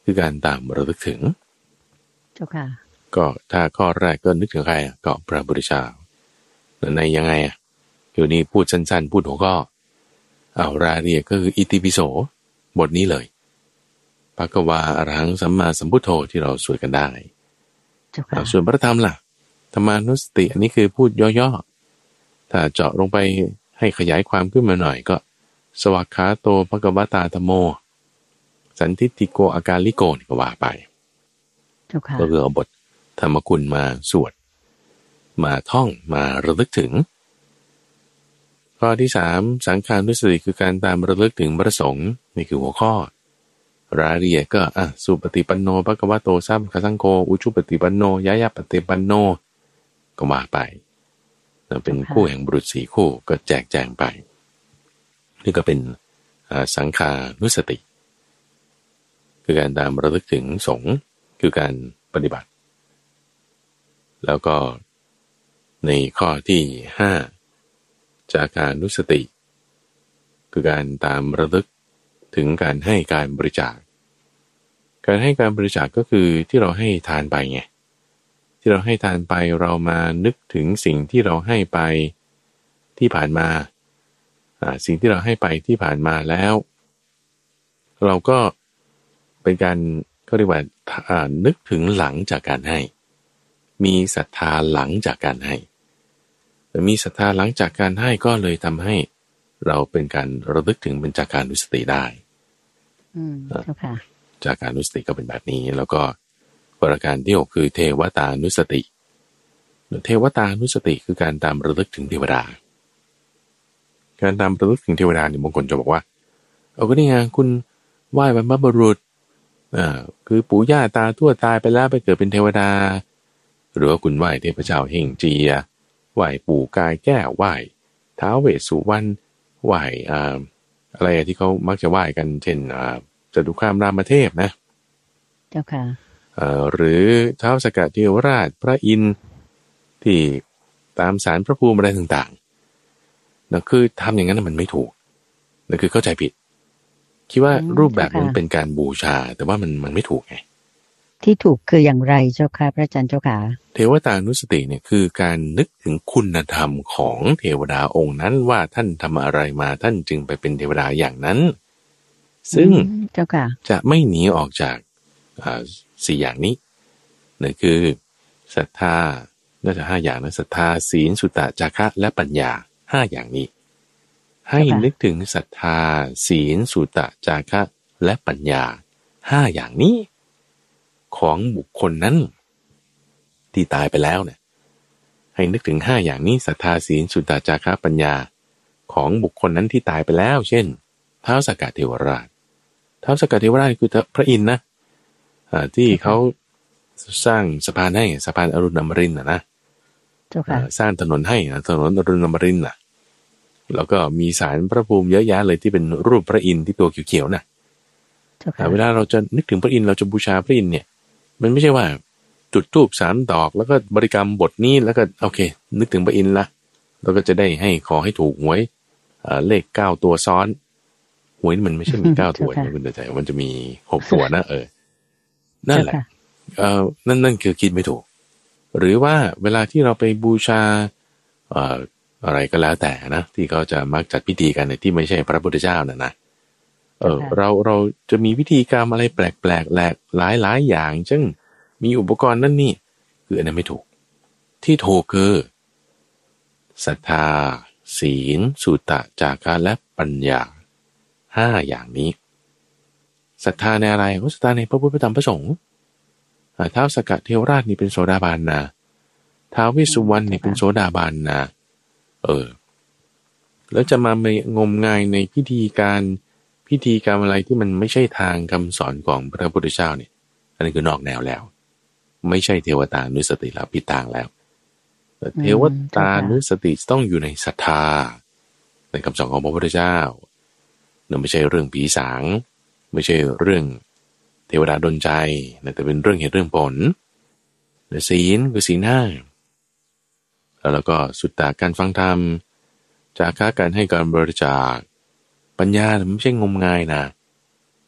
คือการตามระลึกถึงเจ้าค่ะก็ถ้าข้อแรกก็นึกถึงใครก็พระพุทธเจ้าแล้วในยังไงอ่ะอยู่นี่พูดสั้นๆพูดหัวข้อเอารายละเอียดก็คืออิติปิโสบทนี้เลยภควาอรหังสัมมาสัมพุทโธที่เราสวดกันได้ส่วนพระธรรมล่ะธรรมานุสติอันนี้คือพูดย่อๆถ้าเจาะลงไปให้ขยายความขึ้นมาหน่อยก็สวากขาโตภควตาธัมโมสันทิฏฐิโกอาการลิโกนี่ก็ว่าไปก็คือเอาบทธรรมคุณมาสวดมาท่องมาระลึกถึงข้อที่สามสังฆานุสติคือการตามระลึกถึงพระสงฆ์นี่คือหัวข้อรายละเอียดก็อ่ะสุปฏิปันโนภควโตสัมมาสังโฆอุชุปฏิปันโนยะยะปฏิปันโนก็ว่าไปเป็นคู่แห่งบุรุษสี่คู่ก็แจกแจงไปนี่ก็เป็นสังฆานุสติคือการตามระลึกถึงสงฆ์คือการปฏิบัติแล้วก็ในข้อที่ห้าจาคานุสติคือการตามระลึกถึงการให้การบริจาคการให้การบริจาคก็คือที่เราให้ทานไปไงที่เราให้ทานไปเรามานึกถึงสิ่งที่เราให้ไปที่ผ่านมาสิ่งที่เราให้ไปที่ผ่านมาแล้วเราก็เป็นการเขาเรียกว่านึกถึงหลังจากการให้มีศรัทธาหลังจากการให้แต่มีศรัทธาหลังจากการให้ก็เลยทำให้เราเป็นการระลึกถึงเป็นจากการนุสติได้อืมค่ะจากการนุสติก็เป็นแบบนี้แล้วก็ประการที่หกคือเทวตานุสติเทวตานุสติคือการตามระลึกถึงเทวดาการตามระลึกถึงเทวดาเนี่ยบางคนจะบอกว่าเอาก็นี่ไงคุณไหว้บรรพบุรุษอ่าคือปู่ย่าตาทวดตายไปแล้วไปเกิดเป็นเทวดาหรือว่าคุณไหว้เทพเจ้าเฮงเจียไหว้ปู่กายแก้วไหว้ท้าวเวสสุวรรณไหว้อ่าอะไรที่เขามักจะไหว้กันเช่นอ่าจตุคามรามเทพนะเจ้าค่ะเอ่อหรือท้าวสกเทวราชพระอินทร์ที่ตามศาลพระภูมิอะไรต่างๆนั่นคือทำอย่างนั้นมันไม่ถูกนั่นคือเข้าใจผิดคิดว่ารูปแบบนั้นเป็นการบูชาแต่ว่ามันมันไม่ถูกไงที่ถูกคืออย่างไรเจ้าค่ะพระอาจารย์เจ้าค่ะเทวตานุสติเนี่ยคือการนึกถึงคุณธรรมของเทวดาองค์นั้นว่าท่านทำอะไรมาท่านจึงไปเป็นเทวดาอย่างนั้นซึ่งเจ้าค่ะจะไม่หนีออกจากสี่อย่างนี้นั่นคือศรัทธาน่าจะห้าอย่างนะศรัทธาศีลสุตตะจาคะและปัญญาห้าอย่างนี้ให้นึกถึงศรัทธาศีลสุตตะจาคะและปัญญาห้าอย่างนี้ของบุคคลนั้นที่ตายไปแล้วเนี่ยให้นึกถึงห้าอย่างนี้ศรัทธาศีลสุตตะจาคะปัญญาของบุคคลนั้นที่ตายไปแล้วเช่นท้าวสักกะเทวราชท้าวสักกะเทวราชคือพระอินทร์นะที่เขาสร้างสะพานให้สะพานอรุณอมรินทร์นะสร้างถนนให้ถนนอรุณอมรินทร์นะแล้วก็มีศาลพระภูมิเยอะแยะเลยที่เป็นรูปพระอินทร์ที่ตัวเขียวๆนะเวลาเราจะนึกถึงพระอินทร์เราจะบูชาพระอินทร์เนี่ยมันไม่ใช่ว่าจุดธูปสามดอกแล้วก็บริกรรมบทนี้แล้วก็โอเคนึกถึงพระอินทร์ละเราก็จะได้ให้ขอให้ถูกหวยเลขเก้าตัวซ้อนหวยมันไม่ใช่มีเก้าตัวนะคุณใจมันจะมีหกตัวนะเออนั่นแหละเออนั่นนั่นคือคิดไม่ถูกหรือว่าเวลาที่เราไปบูชาเอ่ออะไรก็แล้วแต่นะที่เขาจะมักจัดพิธีกันในที่ไม่ใช่พระพุทธเจ้าน่ะนะเออเราเราจะมีพิธีกรรมอะไรแปลกๆแหลกหลายหลายอย่างซึ่งมีอุปกรณ์นั่นนี่คืออันนั้นไม่ถูกที่ถูกคือศรัทธาศีลสุตตะจาคะและปัญญาห้าอย่างนี้ศรัทธาในอะไรก็ศรัทธาในพระพุทธธรรมพระสงฆ์ท้าวสักกะเทวราชนี่เป็นโสดาบันนะท้าวเวสสุวรรณนี่เป็นโสดาบันนะเออแล้วจะมาไม่งมงายในพิธีการพิธีกรรมอะไรที่มันไม่ใช่ทางคำสอนของพระพุทธเจ้าเนี่ยอันนี้คือนอกแนวแล้วไม่ใช่เทวตานุสติแล้วผิดทางแล้วเทวตานุสติต้องอยู่ในศรัทธาในคำสอนของพระพุทธเจ้าเนี่ยไม่ใช่เรื่องผีสางไม่ใช่เรื่องเทวดาดลใจแต่เป็นเรื่องเหตุเรื่องผลศีลคือศีลห้าแล้วก็สุตตะการฟังธรรมจาคะการให้การบริจาคปัญญาไม่ใช่งมงายนะ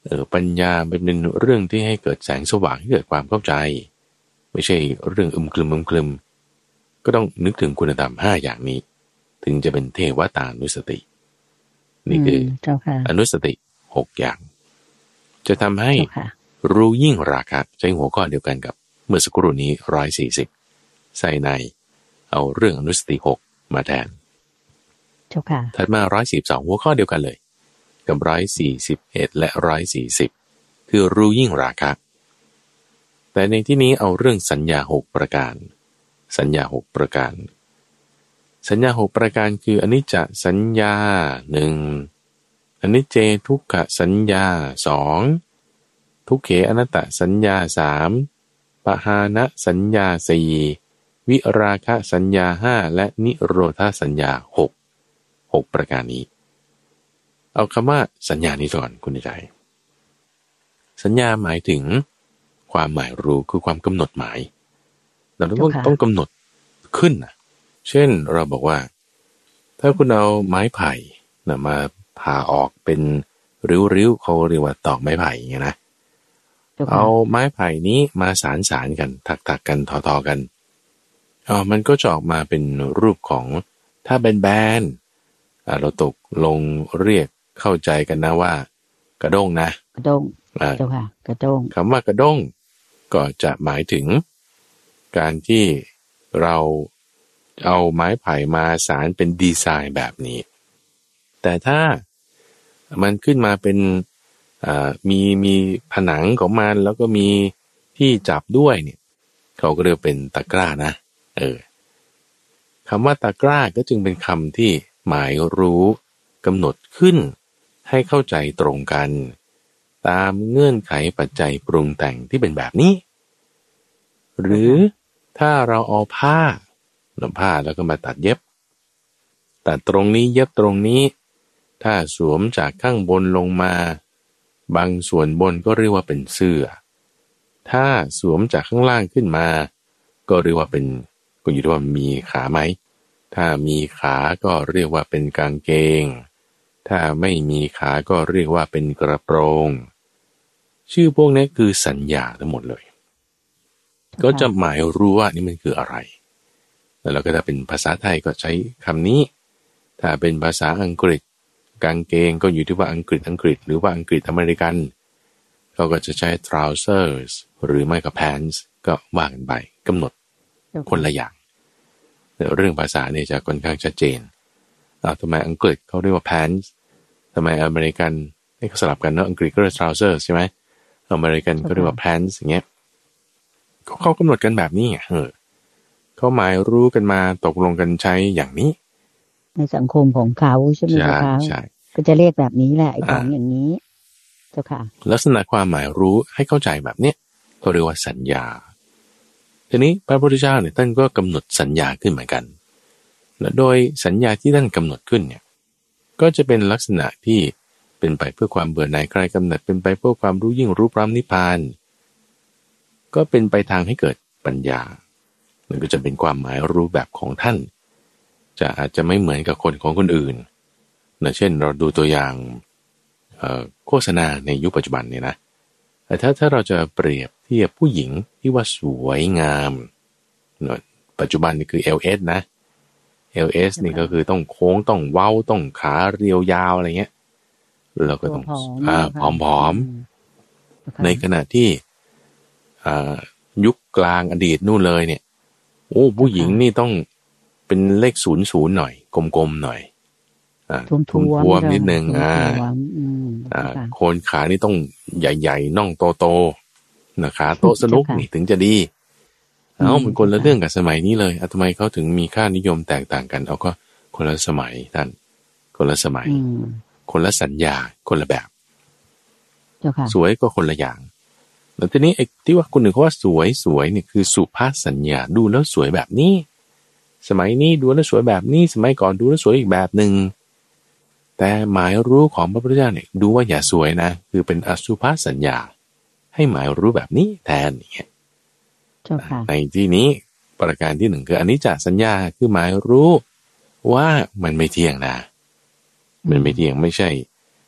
เออปัญญาเป็นเรื่องที่ให้เกิดแสงสว่างให้เกิดความเข้าใจไม่ใช่เรื่องอึมครึมอึมครึมก็ต้องนึกถึงคุณธรรมห้าอย่างนี้ถึงจะเป็นเทวตานุสตินี่คืออนุสติหกอย่างจะทำให้รู้ยิ่งราคะใช้หัวข้อเดียวกันกับเมื่อสักครู่นี้หนึ่งร้อยสี่สิบใส่ในเอาเรื่องอนุสติหกมาแทนถัดมาหนึ่งร้อยสี่สิบสองหัวข้อเดียวกันเลยกับหนึ่งร้อยสี่สิบเอ็ดและหนึ่งร้อยสี่สิบคือรู้ยิ่งราคะแต่ในที่นี้เอาเรื่องสัญญาหกประการสัญญาหกประการสัญญาหกประการคืออนิจจสัญญาหนึ่งอนิจเจทุกขสัญญาสองทุกเขอนัตตสัญญาสามปหานะสัญญาสี่วิราคะสัญญาห้าและนิโรธสัญญาหกหกประการนี้เอาคำว่าสัญญานี้ก่อนคุณใจสัญญาหมายถึงความหมายรู้คือความกำหนดหมายเราต้องต้องกำหนดขึ้นนะเช่นเราบอกว่าถ้าคุณเอาไม้ไผ่นะมาผ่าออกเป็นริ้วๆเขาเรียกว่าตอกไม้ไผ่อย่างเงี้ยนะเอาไม้ไผ่นี้มาสานสานกันถักๆกันทอๆกันอ๋อมันก็จะออกมาเป็นรูปของถ้าแบนๆเราตกลงเรียกเข้าใจกันนะว่ากระด้งนะกระด้งเจ้าค่ะกระด้งคำว่ากระด้งก็จะหมายถึงการที่เราเอาไม้ไผ่มาสานเป็นดีไซน์แบบนี้แต่ถ้ามันขึ้นมาเป็นมีมีผนังของมันแล้วก็มีที่จับด้วยเนี่ยเขาก็เรียกเป็นตะกร้านะเออคำว่าตะกร้าก็จึงเป็นคำที่หมายรู้กำหนดขึ้นให้เข้าใจตรงกันตามเงื่อนไขปัจจัยปรุงแต่งที่เป็นแบบนี้หรือถ้าเราเอาผ้าหรือผ้าแล้วก็มาตัดเย็บตัดตรงนี้เย็บตรงนี้ถ้าสวมจากข้างบนลงมาบางส่วนบนก็เรียกว่าเป็นเสื้อถ้าสวมจากข้างล่างขึ้นมาก็เรียกว่าเป็นก็อยู่ที่ว่ามีขาไหมถ้ามีขาก็เรียกว่าเป็นกางเกงถ้าไม่มีขาก็เรียกว่าเป็นกระโปรงชื่อพวกนี้คือสัญญาทั้งหมดเลยก็จะหมายรู้ว่านี่มันคืออะไรแล้วก็ถ้าเป็นภาษาไทยก็ใช้คำนี้ถ้าเป็นภาษาอังกฤษกางเกงก็อยู่ที่ว่าอังกฤษอังกฤษหรือว่าอังกฤษอเมริกันเขาก็จะใช้ trousers หรือไม่ก็ pants ก็ว่ากันไปกำหนดคนละอย่างเรื่องภาษาเนี่ยจะค่อนข้างชัดเจนอ้าวทำไมอังกฤษเขาเรียกว่า pants ทำไมอเมริกันนี่เขาสลับกันเนาะอังกฤษก็เรียก trousers ใช่ไหมอเมริกันก็เรียกว่า pants อย่างเงี้ยเขากำหนดกันแบบนี้ไงเออเขาหมายรู้กันมาตกลงกันใช้อย่างนี้ในสังคมของเขาใช่ไหมคะใช่ก็จะเรียกแบบนี้แหละไอ้ของอย่างนี้เจ้าค่ะลักษณะความหมายรู้ให้เข้าใจแบบเนี้ยเขาเรียกว่าสัญญาทีนี้พระพุทธเจ้าเนี่ยท่านก็กำหนดสัญญาขึ้นเหมือนกันและโดยสัญญาที่ท่านกำหนดขึ้นเนี่ยก็จะเป็นลักษณะที่เป็นไปเพื่อความเบื่อหน่ายคลายกำหนัดเป็นไปเพื่อความรู้ยิ่งรู้พร้อมนิพพานก็เป็นไปทางให้เกิดปัญญามันก็จะเป็นความหมายรู้แบบของท่านจะอาจจะไม่เหมือนกับคนของคนอื่นนะเช่นเราดูตัวอย่างโฆษณาในยุคปัจจุบันเนี่ยนะแต่ถ้าถ้าเราจะเปรียบเทียบผู้หญิงที่ว่าสวยงามนะปัจจุบันนี่คือ แอล เอส นะ แอล เอส นี่ก็คือต้องโค้งต้องเว้าต้องขาเรียวยาวอะไรเงี้ยเราก็ต้องอ่าผอมๆในขณะที่อ่ายุคกลางอดีตนู่นเลยเนี่ยโอ้ผู้หญิงนี่ต้องเป็นเลขศูนย์ศูนย์หน่อยกลมๆหน่อยอ่าทุ่มๆนิดนึงอ่าอ่าโคนขานี่ต้องใหญ่ๆน่องโตๆนะขาโตสนุกนี่ถึงจะดีเอ้ามันคนละเรื่องกับสมัยนี้เลยทำไมเขาถึงมีค่านิยมแตกต่างกันเอาก็คนละสมัยท่านคนละสมัยคนละสัญญาคนละแบบสวยก็คนละอย่างแล้วทีนี้ไอ้ที่ว่าคนหนึ่งเขาว่าสวยสวยเนี่ยคือสุภาพสัญญาดูแล้วสวยแบบนี้สมัยนี้ดูแล้วสวยแบบนี้สมัยก่อนดูแล้วสวยอีกแบบหนึ่งแต่หมายรู้ของพระพุทธเจ้าเนี่ยดูว่าอย่าสวยนะคือเป็นอสุภาพสัญญาให้หมายรู้แบบนี้แทนอย่างเงี้ยในที่นี้ประการที่หนึ่งคืออนิจจสัญญาคือหมายรู้ว่ามันไม่เที่ยงนะมันไม่เที่ยงไม่ใช่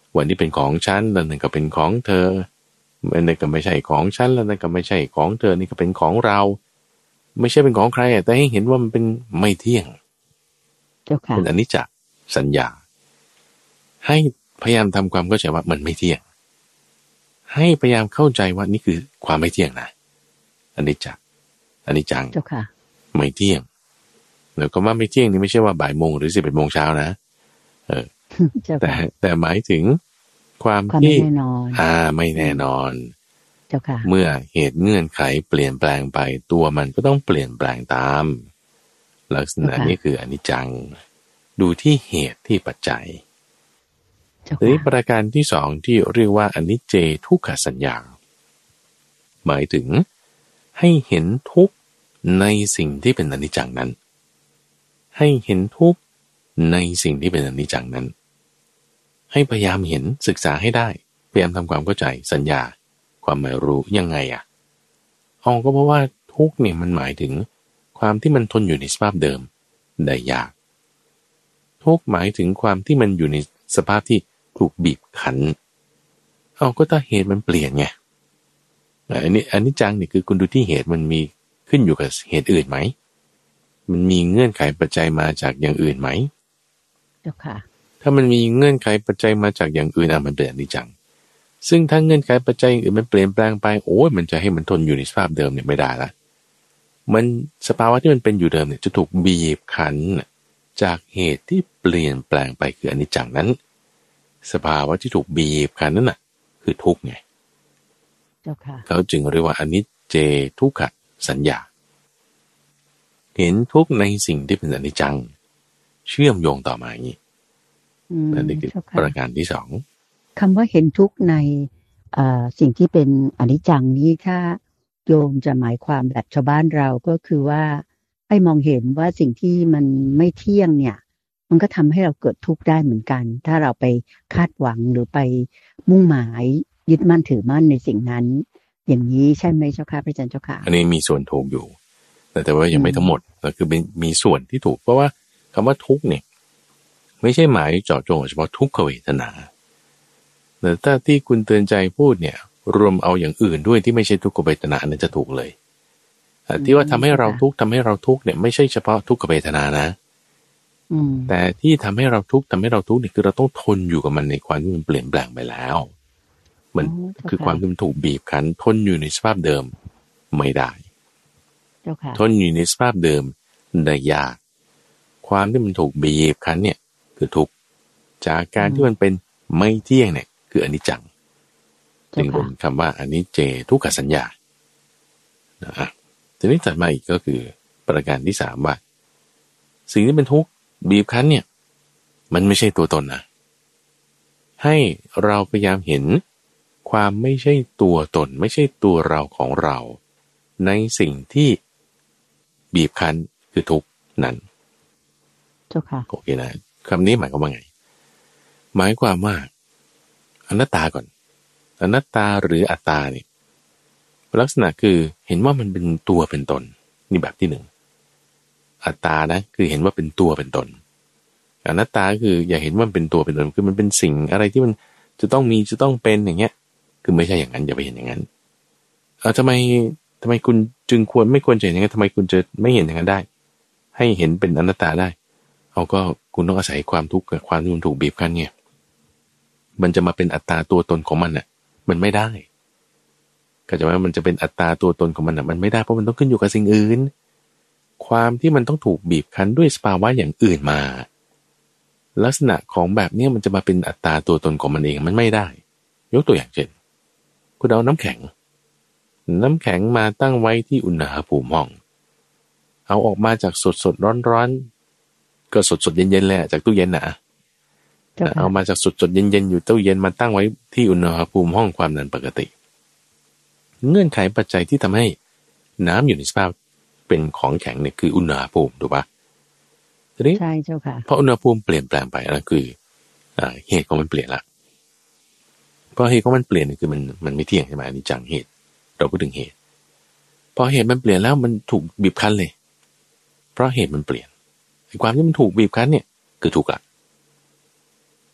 วันนี้เป็นของฉันแล้วนั่นก็เป็นของเธออันนี้ก็ไม่ใช่ของฉันแล้วนั่นก็ไม่ใช่ของเธอนี่ก็เป็นของเราไม่ใช่เป็นของใครแต่ให้เห็นว่ามันเป็นไม่เที่ยงเป็นอนิจจสัญญาให้พยายามทำความเข้าใจว่ามันไม่เที่ยงให้พยายามเข้าใจว่านี่คือความไม่เที่ยงนะอนิจจอนิจจังไม่เที่ยงแล้วก็ว่าไม่เที่ยงนี่ไม่ใช่ว่าบ่ายโมงหรือสิบเอ็ดโมงเช้านะเออแต่แต่หมายถึงความที่อ่าไม่แน่นอนเมื่อเหตุเงื่อนไขเปลี่ยนแปลงไปตัวมันก็ต้องเปลี่ยนแปลงตามลักษณะนี้คืออนิจจังดูที่เหตุที่ปัจจัยทีนี้ประการที่สองที่เรียกว่าอนิจเจทุกขสัญญาหมายถึงให้เห็นทุกข์ในสิ่งที่เป็นอนิจจังนั้นให้เห็นทุกข์ในสิ่งที่เป็นอนิจจังนั้นให้พยายามเห็นศึกษาให้ได้พยายามทำความเข้าใจสัญญาความหมายรู้ยังไงอ่ะอ๋อก็เพราะว่าทุกข์เนี่ยมันหมายถึงความที่มันทนอยู่ในสภาพเดิมได้ยากทุกข์หมายถึงความที่มันอยู่ในสภาพที่ถูกบีบคั้นเอาก็ถ้าเหตุมันเปลี่ยนไงอันนี้อันนี้จังเนี่ยคือคุณดูที่เหตุมันมีขึ้นอยู่กับเหตุอื่นไหมมันมีเงื่อนไขปัจจัยมาจากอย่างอื่นไหมเจ้าค่ะถ้ามันมีเงื่อนไขปัจจัยมาจากอย่างอื่นอ่ะมันเป็นอนิจจังซึ่งถ้าเงื่อนไขปัจจัยอื่นมันเปลี่ยนแปลงไปโอ้ยมันจะให้มันทนอยู่ในสภาพเดิมเนี่ยไม่ได้ละมันสภาวะที่มันเป็นอยู่เดิมเนี่ยจะถูกบีบคั้นจากเหตุที่เปลี่ยนแปลงไปคืออนิจจังนั้นสภาวะที่ถูกบีบคั้นนั้นน่ะคือทุกข์ไงเจ้าค่ะเขาจึงเรียกว่าอนิจเจทุกขสัญญาเห็นทุกข์ในสิ่งที่เป็นอนิจจังเชื่อมโยงต่อมาอย่างนี้นั่นคือประการที่สองคำว่าเห็นทุกข์ในสิ่งที่เป็นอนิจจังนี้ถ้าโยมจะหมายความแบบชาวบ้านเราก็คือว่าให้มองเห็นว่าสิ่งที่มันไม่เที่ยงเนี่ยมันก็ทำให้เราเกิดทุกข์ได้เหมือนกันถ้าเราไปคาดหวังหรือไปมุ่งหมายยึดมั่นถือมั่นในสิ่งนั้นอย่างนี้ใช่ไหมเจ้าค่ะพระอาจารย์เจ้าค่ะอันนี้มีส่วนถูกอยู่แต่แต่ว่ายังไม่ทั้งหมดก็คือมีส่วนที่ถูกเพราะว่าคำว่าทุกข์เนี่ยไม่ใช่หมายเจาะจงเฉพาะทุกขเวทนาแต่ถ้าที่คุณเตือนใจพูดเนี่ยรวมเอาอย่างอื่นด้วยที่ไม่ใช่ทุกขเวทนานั้นจะถูกเลยที่ว่าทำให้เราทุกข์ทำให้เราทุกข์เนี่ยไม่ใช่เฉพาะทุกขเวทนานะแต่ที่ทำให้เราทุกข์ทำให้เราทุกข์เนี่ยคือเราต้องทนอยู่กับมันในความที่มันเปลี่ยนแปลงไปแล้วมันคือความที่มันถูกบีบคั้นทนอยู่ในสภาพเดิมไม่ได้ทนอยู่ในสภาพเดิมได้ยากความที่มันถูกบีบคั้นเนี่ยคือทุกข์จากการที่มันเป็นไม่เที่ยงเนี่ยคืออนิจจังจึงเป็นคำว่าอนิจเจทุกขสัญญานะทีนี้ถัดมาอีกก็คือประการที่สามว่าสิ่งที่เป็นทุกข์บีบคั้นเนี่ยมันไม่ใช่ตัวตนนะให้เราพยายามเห็นความไม่ใช่ตัวตนไม่ใช่ตัวเราของเราในสิ่งที่บีบคั้นคือทุกข์นั้นเจ้าค่ะโอเคนะคำนี้หมายความว่าไงหมายความว่าอนัตตาก่อนอนัตตาหรืออัตตาเนี่ยลักษณะคือเห็นว่ามันเป็นตัวเป็นตนนี่แบบที่หนึ่งอัตตานะคือเห็นว่าเป็นตัวเป็นตนอนัตตาคืออย่าเห็นว่ามันเป็นตัวเป็นตนคือมันเป็นสิ่งอะไรที่มันจะต้องมีจะต้องเป็นอย่างเงี้ยคือไม่ใช่อย่างนั้นอย่าไปเห็นอย่างนั้นเออทำไมทำไมคุณจึงควรไม่ควรจะเห็นอย่างนั้นทำไมคุณจะไม่เห็นอย่างนั้นได้ให้เห็นเป็นอนัตตาได้เอาก็คุณต้องอาศัยความทุกข์กับความที่มันถูกบีบคั้นไงมันจะมาเป็นอัตตาตัวตนของมันน่ะมันไม่ได้ก็จะว่ามันจะเป็นอัตตาตัวตนของมันน่ะมันไม่ได้เพราะมันต้องขึ้นอยู่กับสิ่งอื่นความที่มันต้องถูกบีบคั้นด้วยสภาวะอย่างอื่นมาลักษณะของแบบนี้มันจะมาเป็นอัตตาตัวตนของมันเองมันไม่ได้ยกตัวอย่างเช่นคุณเอาน้ำแข็งน้ำแข็งมาตั้งไว้ที่อุณหภูมิห้องเอาออกมาจากสดสดร้อนร้อนก็สดสดเย็นเย็นแหละจากตู้เย็นนะเอามาจากสดสดเย็นเย็นอยู่ตู้เย็นมาตั้งไว้ที่อุณหภูมิห้องความดันปกติเงื่อนไขปัจจัยที่ทำให้น้ำอยู่ในสภาพเป็นของแข็งเนี่ยคืออุณหภูมิถูกปะทีนี้ใช่เจ้าค่ะเพราะอุณหภูมิเปลี่ยนแปลงไปนั่นคือเหตุของมันเปลี่ยนละเพราะเหตุของมันเปลี่ยนคือมันมันไม่เที่ยงใช่ไหมอนิจจังเหตุเราพูดถึงเหตุพอเหตุมันเปลี่ยนแล้วมันถูกบีบคั้นเลยเพราะเหตุมันเปลี่ยนความที่มันถูกบีบคั้นเนี่ยคือถูกละ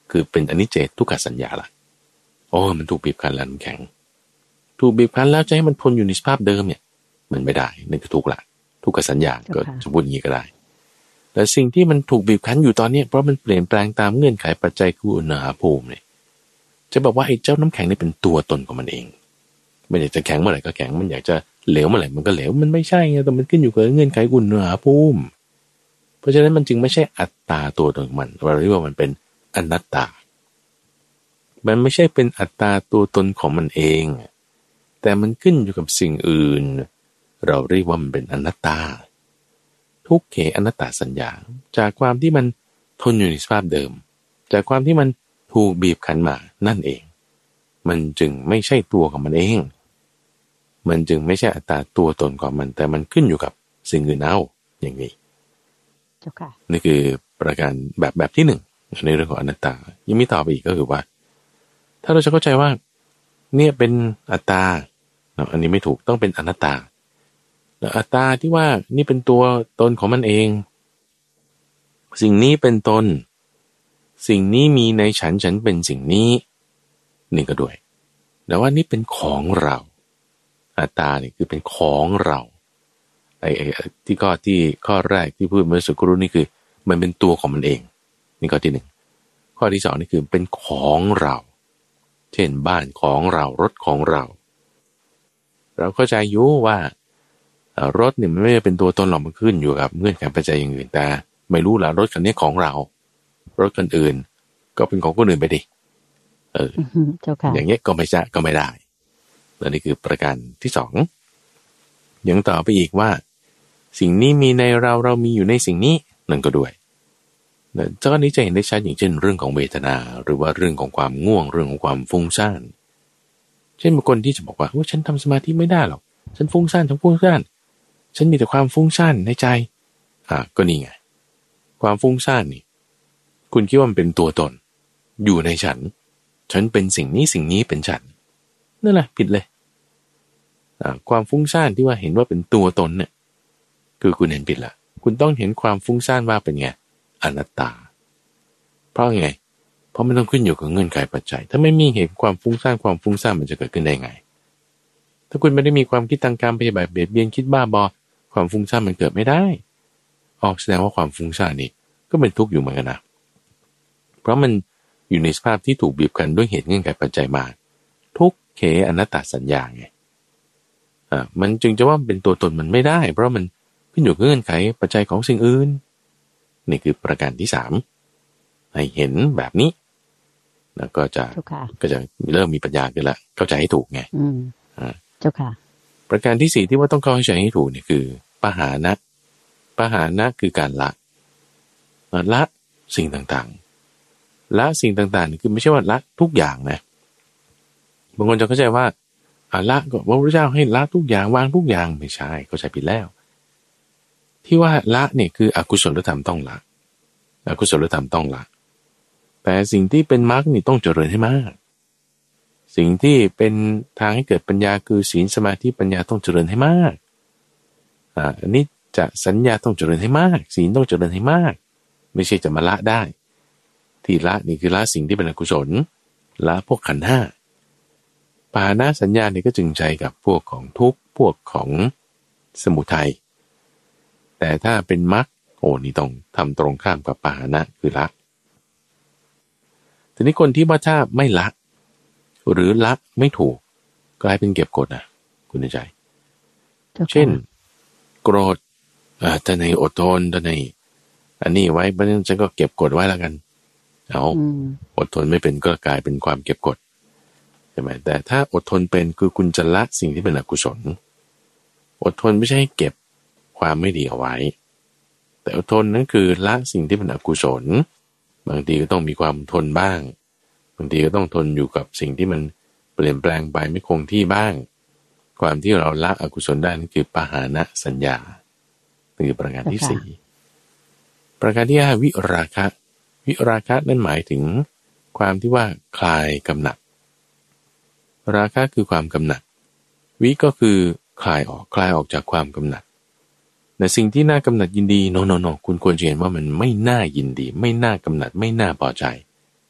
คือเป็นอนิจเจทุกขสัญญาละโอ้มันถูกบีบคั้นแล้วน้ำแข็งถูกบีบคั้นแล้วจะให้มันทนอยู่ในสภาพเดิมเนี่ยมันไม่ได้นั่นคือทุกข์ละทุกขสัญญาก็จะพูดอย่างนี้ก็ได้แต่สิ่งที่มันถูกบีบคั้นอยู่ตอนนี้เพราะมันเปลี่ยนแปลงตามเงื่อนไขปัจจัยคืออุณหภูมิเนี่ยจะบอกว่าไอ้เจ้าน้ำแข็งนี่เป็นตัวตนของมันเองไม่อยากจะแข็งเมื่อไหร่ก็แข็งมันอยากจะเหลวเมื่อไหร่มันก็เหลวมันไม่ใช่ไงแต่มันขึ้นอยู่กับเงื่อนไขอุณหภูมิเพราะฉะนั้นมันจึงไม่ใช่อัตตาตัวตนของมันเราเรียกว่ามันเป็นอนัตตามันไม่ใช่เป็นอัตตาตัวตนของมันเองแต่มันขึ้นอยู่กับสิ่งอื่นเราเรียกว่ามันเป็นอนัตตาทุกเขอนัตตาสัญญาจากความที่มันทนอยู่ในสภาพเดิมจากความที่มันถูกบีบคั้นมานั่นเองมันจึงไม่ใช่ตัวของมันเองมันจึงไม่ใช่อัตตาตัวตนของมันแต่มันขึ้นอยู่กับสิ่งอื่นเอาอย่างนี้นี่คือประการแบบแบบที่หนึ่งในเรื่องของอนัตตายังมีต่อไปอีกก็คือว่าถ้าเราจะเข้าใจว่าเนี่ยเป็นอัตตาอันนี้ไม่ถูกต้องเป็นอนัตตาอัตตาที่ว่านี่เป็นตัวตนของมันเองสิ่งนี้เป็นตนสิ่งนี้มีในฉันฉันเป็นสิ่งนี้นี่ก็ด้วยแต่ว่านี่เป็นของเราอัตตาเนี่ยคือเป็นของเราไอ้ไอ้ที่ข้อที่ข้อแรกที่พูดเมื่อสักครู่นี่คือมันเป็นตัวของมันเองนี่ข้อที่หนึ่งข้อที่สองนี่คือเป็นของเราเช่นบ้านของเรารถของเราเราเข้าใจอยู่ว่ารถเนี่ยมันไม่ได้เป็นตัวตนหรอกมันขึ้นอยู่กับเงื่อนไขปัจจัยอย่างอื่นแต่ไม่รู้ล่ะรถคันนี้ของเรารถคันอื่นก็เป็นของคนอื่นไปดิเอออย่างเงี้ยก็ไม่ใช่ก็ไม่ได้และนี่คือประการที่สองยังต่อไปอีกว่าสิ่งนี้มีในเราเรามีอยู่ในสิ่งนี้นั่นก็ด้วยเจ้านี้จะเห็นได้ชัดอย่างเช่นเรื่องของเวทนาหรือว่าเรื่องของความง่วงเรื่องของความฟุ้งซ่านเช่นบางคนที่จะบอกว่าฉันทำสมาธิไม่ได้หรอกฉันฟุ้งซ่านฉันฟุ้งซ่านฉันมีแต่ความฟุ้งซ่านในใจอ่ะก็นี่ไงความฟุ้งซ่านนี่คุณคิดว่ามันเป็นตัวตนอยู่ในฉันฉันเป็นสิ่งนี้สิ่งนี้เป็นฉันนั่นแหละผิดเลยอ่ะความฟุ้งซ่านที่ว่าเห็นว่าเป็นตัวตนเนี่ยคือคุณเห็นผิดละคุณต้องเห็นความฟุ้งซ่านว่าเป็นไงอนัตตาเพราะไงเพราะมันต้องขึ้นอยู่กับเงื่อนไขปัจจัยถ้าไม่มีเหตุความฟุ้งซ่านความฟุ้งซ่านมันจะเกิดขึ้นได้ไงถ้าคุณไม่ได้มีความคิดทางการปฏิบัติเบียดเบียนคิดบ้าบอความฟุ้งซ่านมันเกิดไม่ได้ออกแสดงว่าความฟุ้งซ่านนี่ก็เป็นทุกข์อยู่เหมือนกันนะเพราะมันอยู่ในสภาพที่ถูกบีบคั้นด้วยเหตุเงื่อนไขปัจจัยมาทุกเขอนัตตสัญญาไงอ่ามันจึงจะว่าเป็นตัวตนมันไม่ได้เพราะมันขึ้นอยู่กับเงื่อนไขปัจจัยของสิ่งอื่นนี่คือประการที่สามให้เห็นแบบนี้แล้วก็จะก็จะเริ่มมีปัญญาขึ้นละเข้าใจให้ถูกไงอืมอ่าเจ้าค่ะประการที่สี่ที่ว่าต้องเข้าใจให้ถูกเนี่ยคือปหานะปหานะคือการละละสิ่งต่างๆละสิ่งต่างๆคือไม่ใช่ว่าละทุกอย่างนะบางคนจะเข้าใจว่าอ่ะละก็พระพุทธเจ้าให้ละทุกอย่างวางทุกอย่างไม่ใช่เข้าใจผิดแล้วที่ว่าละเนี่ยคืออกุศลธรรมต้องละอกุศลธรรมต้องละแต่สิ่งที่เป็นมรรคนี่ต้องเจริญให้มากสิ่งที่เป็นทางให้เกิดปัญญาคือศีลสมาธิปัญญาต้องเจริญให้มากอ่าอันนี้จะสัญญาต้องเจริญให้มากศีลต้องเจริญให้มากไม่ใช่จะมาละได้ที่ละนี่คือละสิ่งที่เป็นอกุศลละพวกขันธ์ห้าปหานะสัญญาเนี่ยก็จึงใจกับพวกของทุกข์พวกของสมุทัยแต่ถ้าเป็นมรรคโอ้นี่ต้องทำตรงข้ามกับปหานะคือละทีนี้คนที่ว่าถ้าไม่ละหรือละไม่ถูกกลายเป็นเก็บกดนะคุณใจเช่นโกรธอ่าท่านให้อดทนท่านให้อันนี้ไว้เพราะฉะนั้นฉันก็เก็บกดไว้แล้วกันเอาอดทนไม่เป็นก็กลายเป็นความเก็บกดใช่ไหมแต่ถ้าอดทนเป็นคือคุณจะละสิ่งที่เป็นอกุศลอดทนไม่ใช่ให้เก็บความไม่ดีเอาไว้แต่อดทนนั้นคือละสิ่งที่เป็นอกุศลบางทีก็ต้องมีความทนบ้างบางทีก็ต้องทนอยู่กับสิ่งที่มันเปลี่ยนแปลงไปไม่คงที่บ้างความที่เราละอกุศลได้นั่นคือปหานะสัญญาคือประการที่สี่ประการที่ห้าวิราคะวิราคะนั่นหมายถึงความที่ว่าคลายกำหนัดราคะคือความกำหนัดวิก็คือคลายออกคลายออกจากความกำหนัดแต่สิ่งที่น่ากำหนัดยินดีโนโนโนคุณควรเห็นว่ามันไม่น่ายินดีไม่น่ากำหนัดไม่น่าพอใจ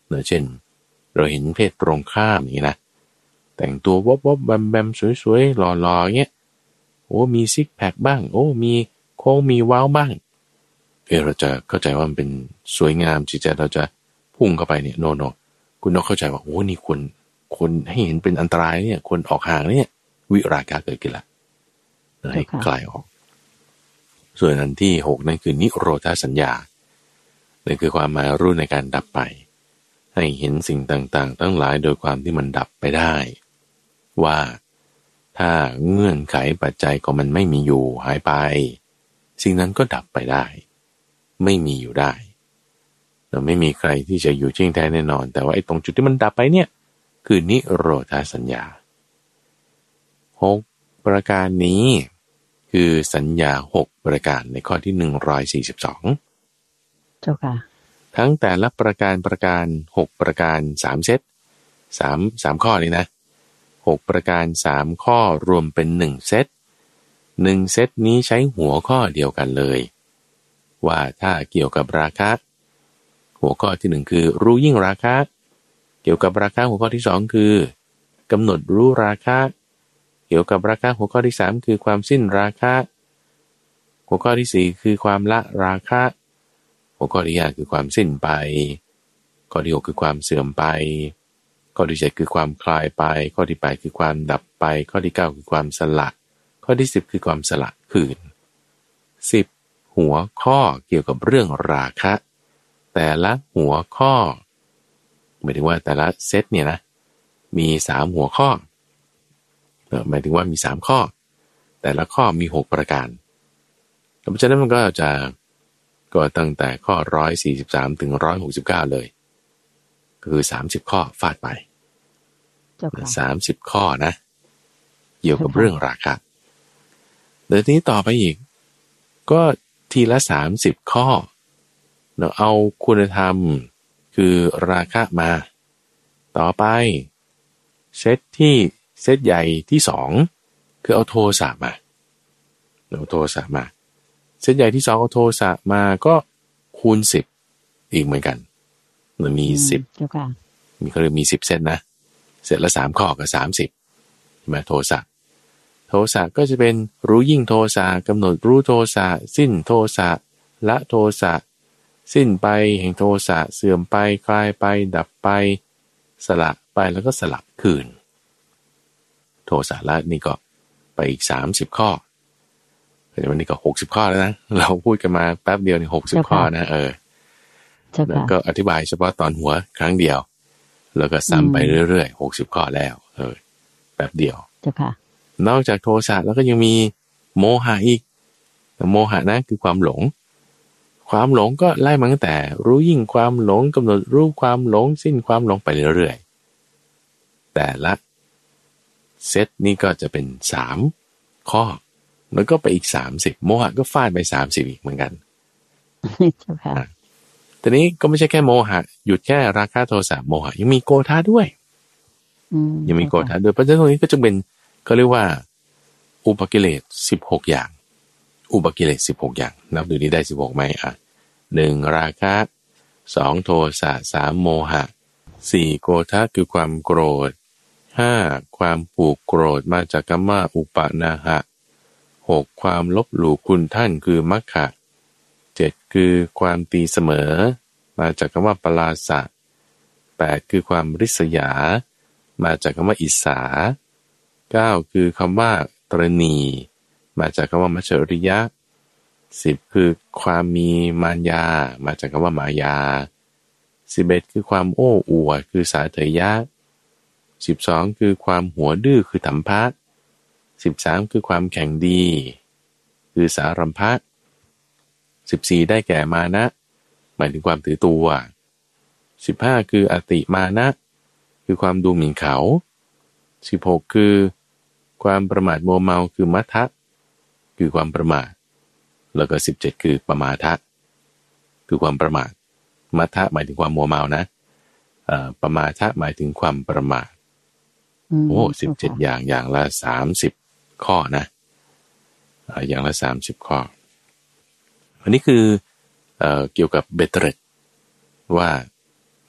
เนอะเช่นเราเห็นเพศตรงข้ามอย่างนี้นะแต่งตัววบวบแบมแบมสวยๆหล่อๆเงี้ยโอ้มีซิกแพคบ้างโอ้มีโค้งมีว้าวบ้างเออเราจะเข้าใจว่ามันเป็นสวยงามจิตใจเราจะพุ่งเข้าไปเนี่ยโนโนคุณต้องเข้าใจว่าโอ้นี่คนคนให้เห็นเป็นอันตรายเนี่ยคนออกห่างเนี่ยวิราคะเกิดขึ้นละให้คลายออกส่วนอันที่หกนั่นคือนิโรธาสัญญานั่นคือความมารู้ในการดับไปให้เห็นสิ่งต่างๆทั้งหลายโดยความที่มันดับไปได้ว่าถ้าเงื่อนไขปัจจัยของมันไม่มีอยู่หายไปสิ่งนั้นก็ดับไปได้ไม่มีอยู่ได้เราไม่มีใครที่จะอยู่จริงแท้แน่นอนแต่ว่าไอ้ตรงจุดที่มันดับไปเนี่ยคือนิโรธาสัญญาหกประการนี้คือสัญญาหกประการในข้อที่หนึ่งร้อยสี่สิบสองเจ้าค่ะทั้งแต่ละประการประการหกประการสามเซตสาม สามข้อนี้นะหกประการสามข้อรวมเป็นหนึ่งเซตหนึ่งเซตนี้ใช้หัวข้อเดียวกันเลยว่าถ้าเกี่ยวกับราคะหัวข้อที่หนึ่งคือรู้ยิ่งราคะเกี่ยวกับราคะหัวข้อที่สองคือกำหนดรู้ราคะเกี่ยวกับราคะหัวข้อที่สามคือความสิ้นราคะหัวข้อที่สี่คือความละราคะหัวข้อที่ห้าคือความสิ้นไปข้อที่หกคือความเสื่อมไปข้อที่เจ็ดคือความคลายไปข้อที่แปดคือความดับไปข้อที่เก้าคือความสละข้อที่สิบคือความสละคืนสิบหัวข้อเกี่ยวกับเรื่องราคะแต่ละหัวข้อหมายถึงว่าแต่ละเซตเนี่ยนะมีสามหัวข้อเออหมายถึงว่ามีสามข้อแต่ละข้อมีหกประการเพราะฉะนั้นมันก็จะก็ตั้งแต่ข้อหนึ่งร้อยสี่สิบสามถึงหนึ่งร้อยหกสิบเก้าเลยคือสามสิบข้อฟาดไปสามสิบข้อนะเกี่ยวกับเรื่องราคะเดี๋ยวนี้ต่อไปอีกก็ทีละสามสิบข้อเราเอาคุณธรรมคือราคะมาต่อไปเซตที่เซตใหญ่ที่สองคือเอาโทสะมาเอาโทสะมาเซตใหญ่ที่สองเอาโทสะมาก็คูณสิบอีกเหมือนกันมันมีสิบมีเขาเรียกมีสิบเซตนะเสร็จละสามข้อก็สามสิบใช่ไหมโทสะโทสะก็จะเป็นรู้ยิ่งโทสะกำหนดรู้โทสะสิ้นโทสะละโทสะสิ้นไปแห่งโทสะเสื่อมไปคลายไปดับไปสละไปแล้วก็สลับคืนโทสะละนี่ก็ไปอีกสามสิบข้อแต่วันนี้ก็หกสิบข้อแล้วนะเราพูดกันมาแป๊บเดียวนี่หกสิบข้อนะเออแล้วก็อธิบายเฉพาะตอนหัวครั้งเดียวแล้วก็ซ้ำไปเรื่อยๆหกสิบข้อแล้วเออแป๊บเดียวเจ้าค่ะนอกจากโทสะแล้วก็ยังมีโมหะอีกโมหะนะคือความหลงความหลงก็ไล่มาตั้งแต่รู้ยิ่งความหลงกำหนดรู้ความหลงสิ้นความหลงไปเรื่อยๆแต่ละเซตนี้ก็จะเป็นสามข้อแล้วก็ไปอีกสามสิบโมหะก็ฟาดไปสามสิบอีกเหมือนกันเจ้าค่ะทีนี้ก็ไม่ใช่แค่โมหะหยุดแค่ราคะโทสะโมหะยังมีโกฏาด้วยยังมีโกฏาด้วยเพราะฉะนั้นตรงนี้ก็จะเป็นเขาเรียกว่าอุปกิเลสสิบหกอย่างอุปกิเลสสิบหกอย่างนับดูนี้ได้สิบหกไหมอ่ะหนึ่งราคะสองโทสะสามโมหะสี่โกฏาคือความโกรธห้าความผูกโกรธมาจากกรรมอุปนาหะหกความลบหลู่คุณท่านคือมัคคะเจ็ดคือความตีเสมอมาจากคำว่าปลาสะแปดคือความริษยามาจากคำว่าอิสาเก้าคือคำว่าตรณีมาจากคำว่ามัจฉริยะสิบคือความมีมารยามาจากคำว่ามายาสิบเอ็ดคือความโอ้อวดคือสาเถยะสิบสองคือความหัวดื้อคือถัมภะสิบสามคือความแข่งดีคือสารัมภะสิบสี่ได้แก่มานะหมายถึงความถือตัวสิบห้าคืออติมานะคือความดูหมิ่นเขาสิบหกคือความประมาทโมเมาคือมัทธะคือความประมาทแล้วก็สิบเจ็ดคือปมาทะคือความประมาทมัทธะหมายถึงความโมเมานะเอ่อปมาทะหมายถึงความประมาทโอ้สิบเจ็ดอย่างอย่างละสามสิบข้อนะอย่างละสามสิบข้ออันนี้คือเอ่อเกี่ยวกับเบตเตอร์ว่าต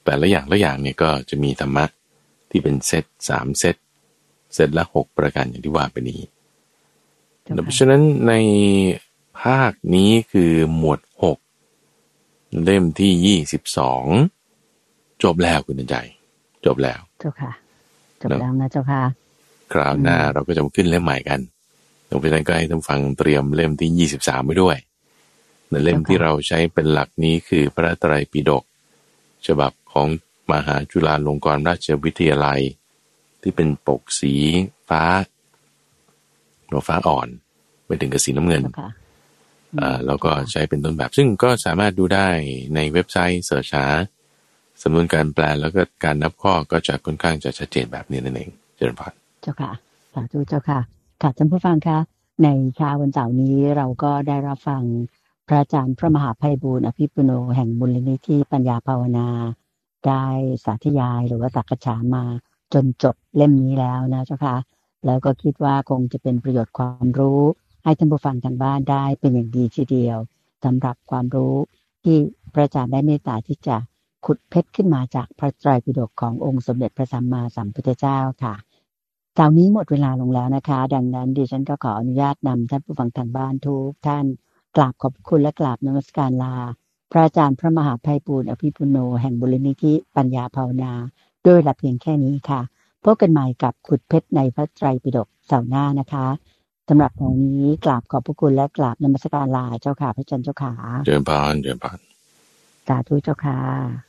แต่ละอย่างละอย่างเนี่ยก็จะมีธรรมะที่เป็นเซตสามเซตเซตละหกประการอย่างที่ว่าไปนี้เพราะฉะนั้นในภาคนี้คือหมวดหกเล่มที่ยี่สิบสองจบแล้วคุณใจจบแล้วเจ้าค่ะจบแล้วนะเจ้าค่ะคราวหน้าเราก็จะมาขึ้นเล่มใหม่กันเพราะฉะนั้นก็ให้ท่านฟังเตรียมเล่มที่ยี่สิบสามไว้ด้วยในเล่มที่เราใช้เป็นหลักนี้คือพระไตรปิฎกฉบับของมหาจุฬาลงกรณราชวิทยาลัยที่เป็นปกสีฟ้าโนฟ้าอ่อนไปถึงกับสีน้ำเงินอ่าแล้วก็ใช้เป็นต้นแบบซึ่งก็สามารถดูได้ในเว็บไซต์เสิร์ชหาสำนวนการแปลแล้วก็การนับข้อก็จะค่อนข้างจะชัดเจนแบบนี้นั่นเองเจริญพรเจ้าค่ะสาธุเจ้าค่ะค่ะท่านผู้ฟังคะในเช้าวันเสาร์นี้เราก็ได้รับฟังพระอาจารย์พระมหาไพบูลย์อภิปุโนแห่งมูลนิธิปัญญาภาวนาได้สาธยายหรือว่าสักษามาจนจบเล่มนี้แล้วนะเจ้าค่ะแล้วก็คิดว่าคงจะเป็นประโยชน์ความรู้ให้ท่านผู้ฟังทางบ้านได้เป็นอย่างดีทีเดียวสำหรับความรู้ที่พระอาจารย์ได้เมตตาที่จะขุดเพชรขึ้นมาจากพระไตรปิฎกขององค์สมเด็จพระสัมมาสัมพุทธเจ้าค่ะเช้านี้หมดเวลาลงแล้วนะคะดังนั้นดิฉันก็ขออนุญาตนำท่านผู้ฟังทางบ้านทุกท่านกราบขอบคุณและกราบนมัสการลาพระอาจารย์พระมหาไพบูลย์อภิปุโนแห่งมูลนิธิปัญญาภาวนาด้วยละเพียงแค่นี้ค่ะพบกันใหม่กับขุดเพชรในพระไตรปิฎกเสาร์หน้านะคะสำหรับวันนี้กราบขอบพระคุณและกราบนมัสการลาเจ้าค่ะพระอาจารย์เจ้าค่ะเจริญพรเจริญพรสาธุเจ้าค่ะ